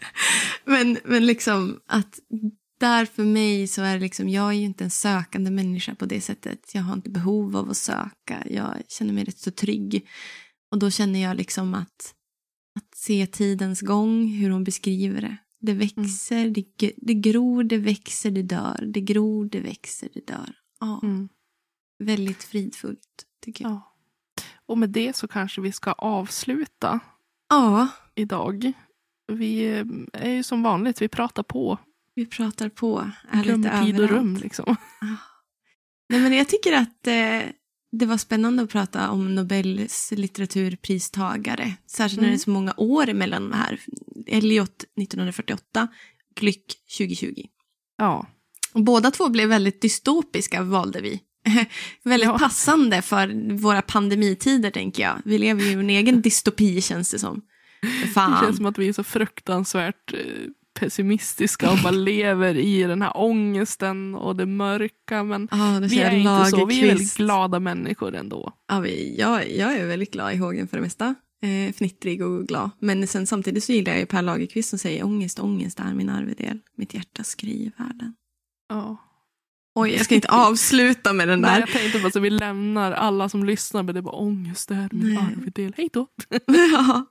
men, men liksom att där för mig så är det liksom, jag är ju inte en sökande människa på det sättet. Jag har inte behov av att söka. Jag känner mig rätt så trygg. Och då känner jag liksom att, att se tidens gång, hur hon beskriver det. Det växer, mm. det, det gror, det växer, det dör. Det gror, det växer, det dör. Ja. Mm. Väldigt fridfullt, tycker jag. Ja. Och med det så kanske vi ska avsluta ja. idag. Vi är ju som vanligt, vi pratar på. Vi pratar på. Är Glöm lite tid och rum liksom. Ja. Nej, men jag tycker att eh, det var spännande att prata om Nobels litteraturpristagare. Särskilt mm. när det är så många år emellan de här. Eliot nittonhundrafyrtioåtta, Glück tjugohundratjugo. Ja. Och båda två blev väldigt dystopiska, valde vi. väldigt ja. passande för våra pandemitider, tänker jag. Vi lever ju i en egen dystopi, känns det som. Fan. Det känns som att vi är så fruktansvärt pessimistiska och bara lever i den här ångesten och det mörka. Men ah, vi är inte så. Vi är väldigt glada människor ändå. Ja, vi, jag, jag är väldigt glad i hågen för det mesta. Eh, fnittrig och glad. Men sen samtidigt så gillar jag ju Per Lagerkvist som säger ångest, ångest är min arvedel. Mitt hjärta skriver världen. Ja. Oj, jag ska inte avsluta med den där. Nej, jag tänkte bara så vi lämnar alla som lyssnar, men det är bara ångest, det är min Nej. arvedel. Hej då! Ja.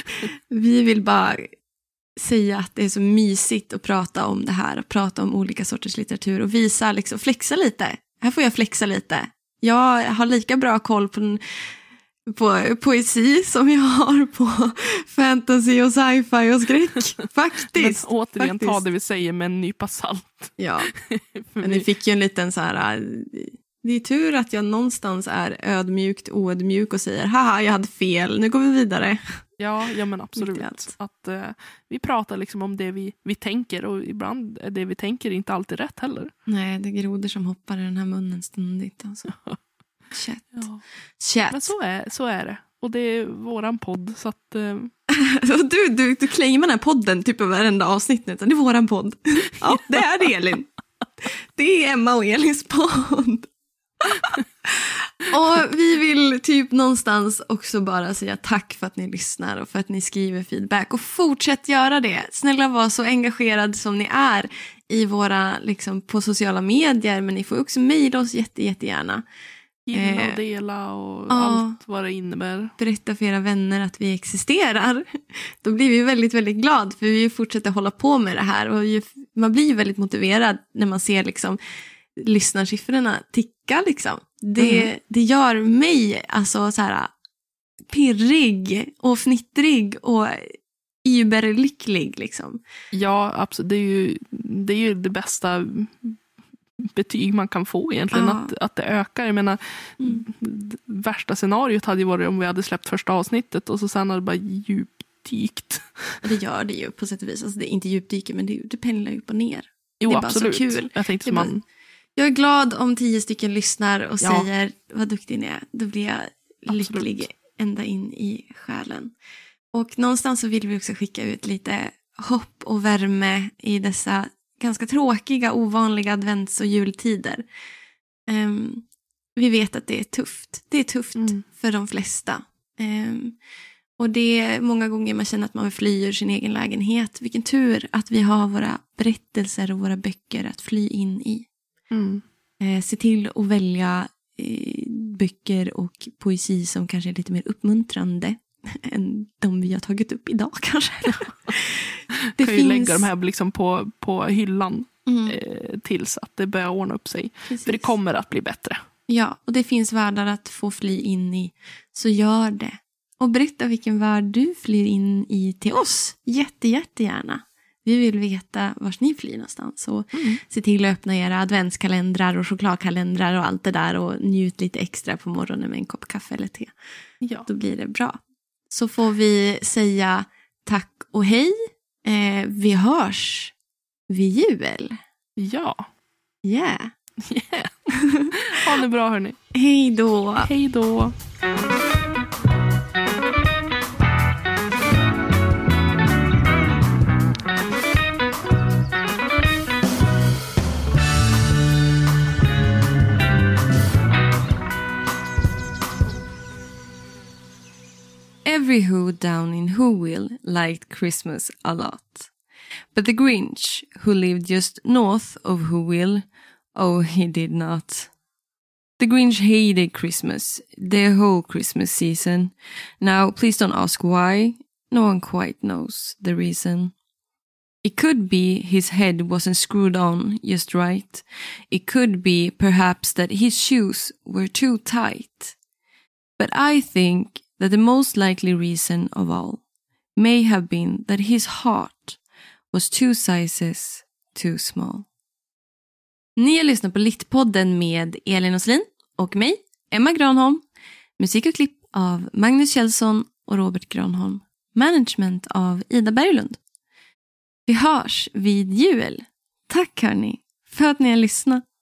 Vi vill bara säga att det är så mysigt att prata om det här och prata om olika sorters litteratur och visa, liksom, flexa lite. Här får jag flexa lite. Jag har lika bra koll på, den, på poesi som jag har på fantasy och sci-fi och skräck. Faktiskt. Men återigen, faktiskt. Ta det vi säger med en nypa salt. Ja, men ni fick ju en liten så här... Det är tur att jag någonstans är ödmjukt oödmjuk och säger haha, jag hade fel, nu går vi vidare. Ja, ja men absolut. Att uh, vi pratar liksom om det vi, vi tänker och ibland är det vi tänker inte alltid rätt heller. Nej, det är groder som hoppar i den här munnen ständigt. Alltså. Chat. Ja. Chat. Men så är, så är det. Och det är våran podd så att... Uh... du, du, du claimar den här podden typ av varenda avsnitt nu. Det är våran podd. Ja, det är det, Elin. Det är Emma och Elins podd. Och vi vill typ någonstans också bara säga tack för att ni lyssnar och för att ni skriver feedback och fortsätt göra det. Snälla var så engagerad som ni är i våra, liksom, på sociala medier, men ni får också mejla oss jätte, jättegärna. Gilla och dela och eh, allt vad det innebär. Berätta för era vänner att vi existerar. Då blir vi väldigt, väldigt glad för vi fortsätter hålla på med det här och man blir väldigt motiverad när man ser liksom lyssnarsiffrorna ticka liksom. Det, mm. det gör mig alltså så här pirrig och fnittrig och überlycklig liksom. Ja, absolut. Det är ju det, är ju det bästa betyg man kan få egentligen, ah. att, att det ökar. Jag menar, mm. värsta scenariot hade ju varit om vi hade släppt första avsnittet och så sen hade det bara djupdykt. Det gör det ju på sätt och vis. Alltså det är inte djupdyker, men det, det pendlar ju upp och ner. Jo, det är absolut. Bara så kul. Jag tänkte man... Jag är glad om tio stycken lyssnar och ja. säger vad duktig ni är. Då blir jag absolut. lycklig ända in i själen. Och någonstans så vill vi också skicka ut lite hopp och värme i dessa ganska tråkiga, ovanliga advents- och jultider. Um, vi vet att det är tufft. Det är tufft mm. för de flesta. Um, och det är många gånger man känner att man flyr sin egen lägenhet. Vilken tur att vi har våra berättelser och våra böcker att fly in i. Mm. Eh, se till att välja eh, böcker och poesi som kanske är lite mer uppmuntrande än de vi har tagit upp idag kanske. Det kan finns... ju lägga de här liksom på, på hyllan mm. eh, tills att det börjar ordna upp sig. Precis. För det kommer att bli bättre. Ja, och det finns världar att få fly in i. Så gör det. Och berätta vilken värld du flyr in i till oss. Jätte, jättegärna. Vi vill veta vart ni flyr någonstans. Och mm. se till att öppna era adventskalendrar och chokladkalendrar och allt det där. Och njut lite extra på morgonen med en kopp kaffe eller te. Ja. Då blir det bra. Så får vi säga tack och hej. Eh, vi hörs vid jul. Ja. Yeah. Yeah. Ha det bra hörni. Hej då. Hej då. Every who down in Whoville liked Christmas a lot. But the Grinch, who lived just north of Whoville, oh, he did not. The Grinch hated Christmas, the whole Christmas season. Now, please don't ask why. No one quite knows the reason. It could be his head wasn't screwed on just right. It could be perhaps that his shoes were too tight. But I think that the most likely reason of all may have been that his heart was two sizes too small. Ni har lyssnat på Littpodden med Elin Åslin och mig, Emma Granholm. Musik och klipp av Magnus Kjellson och Robert Granholm. Management av Ida Berglund. Vi hörs vid jul. Tack hörni för att ni har lyssnat.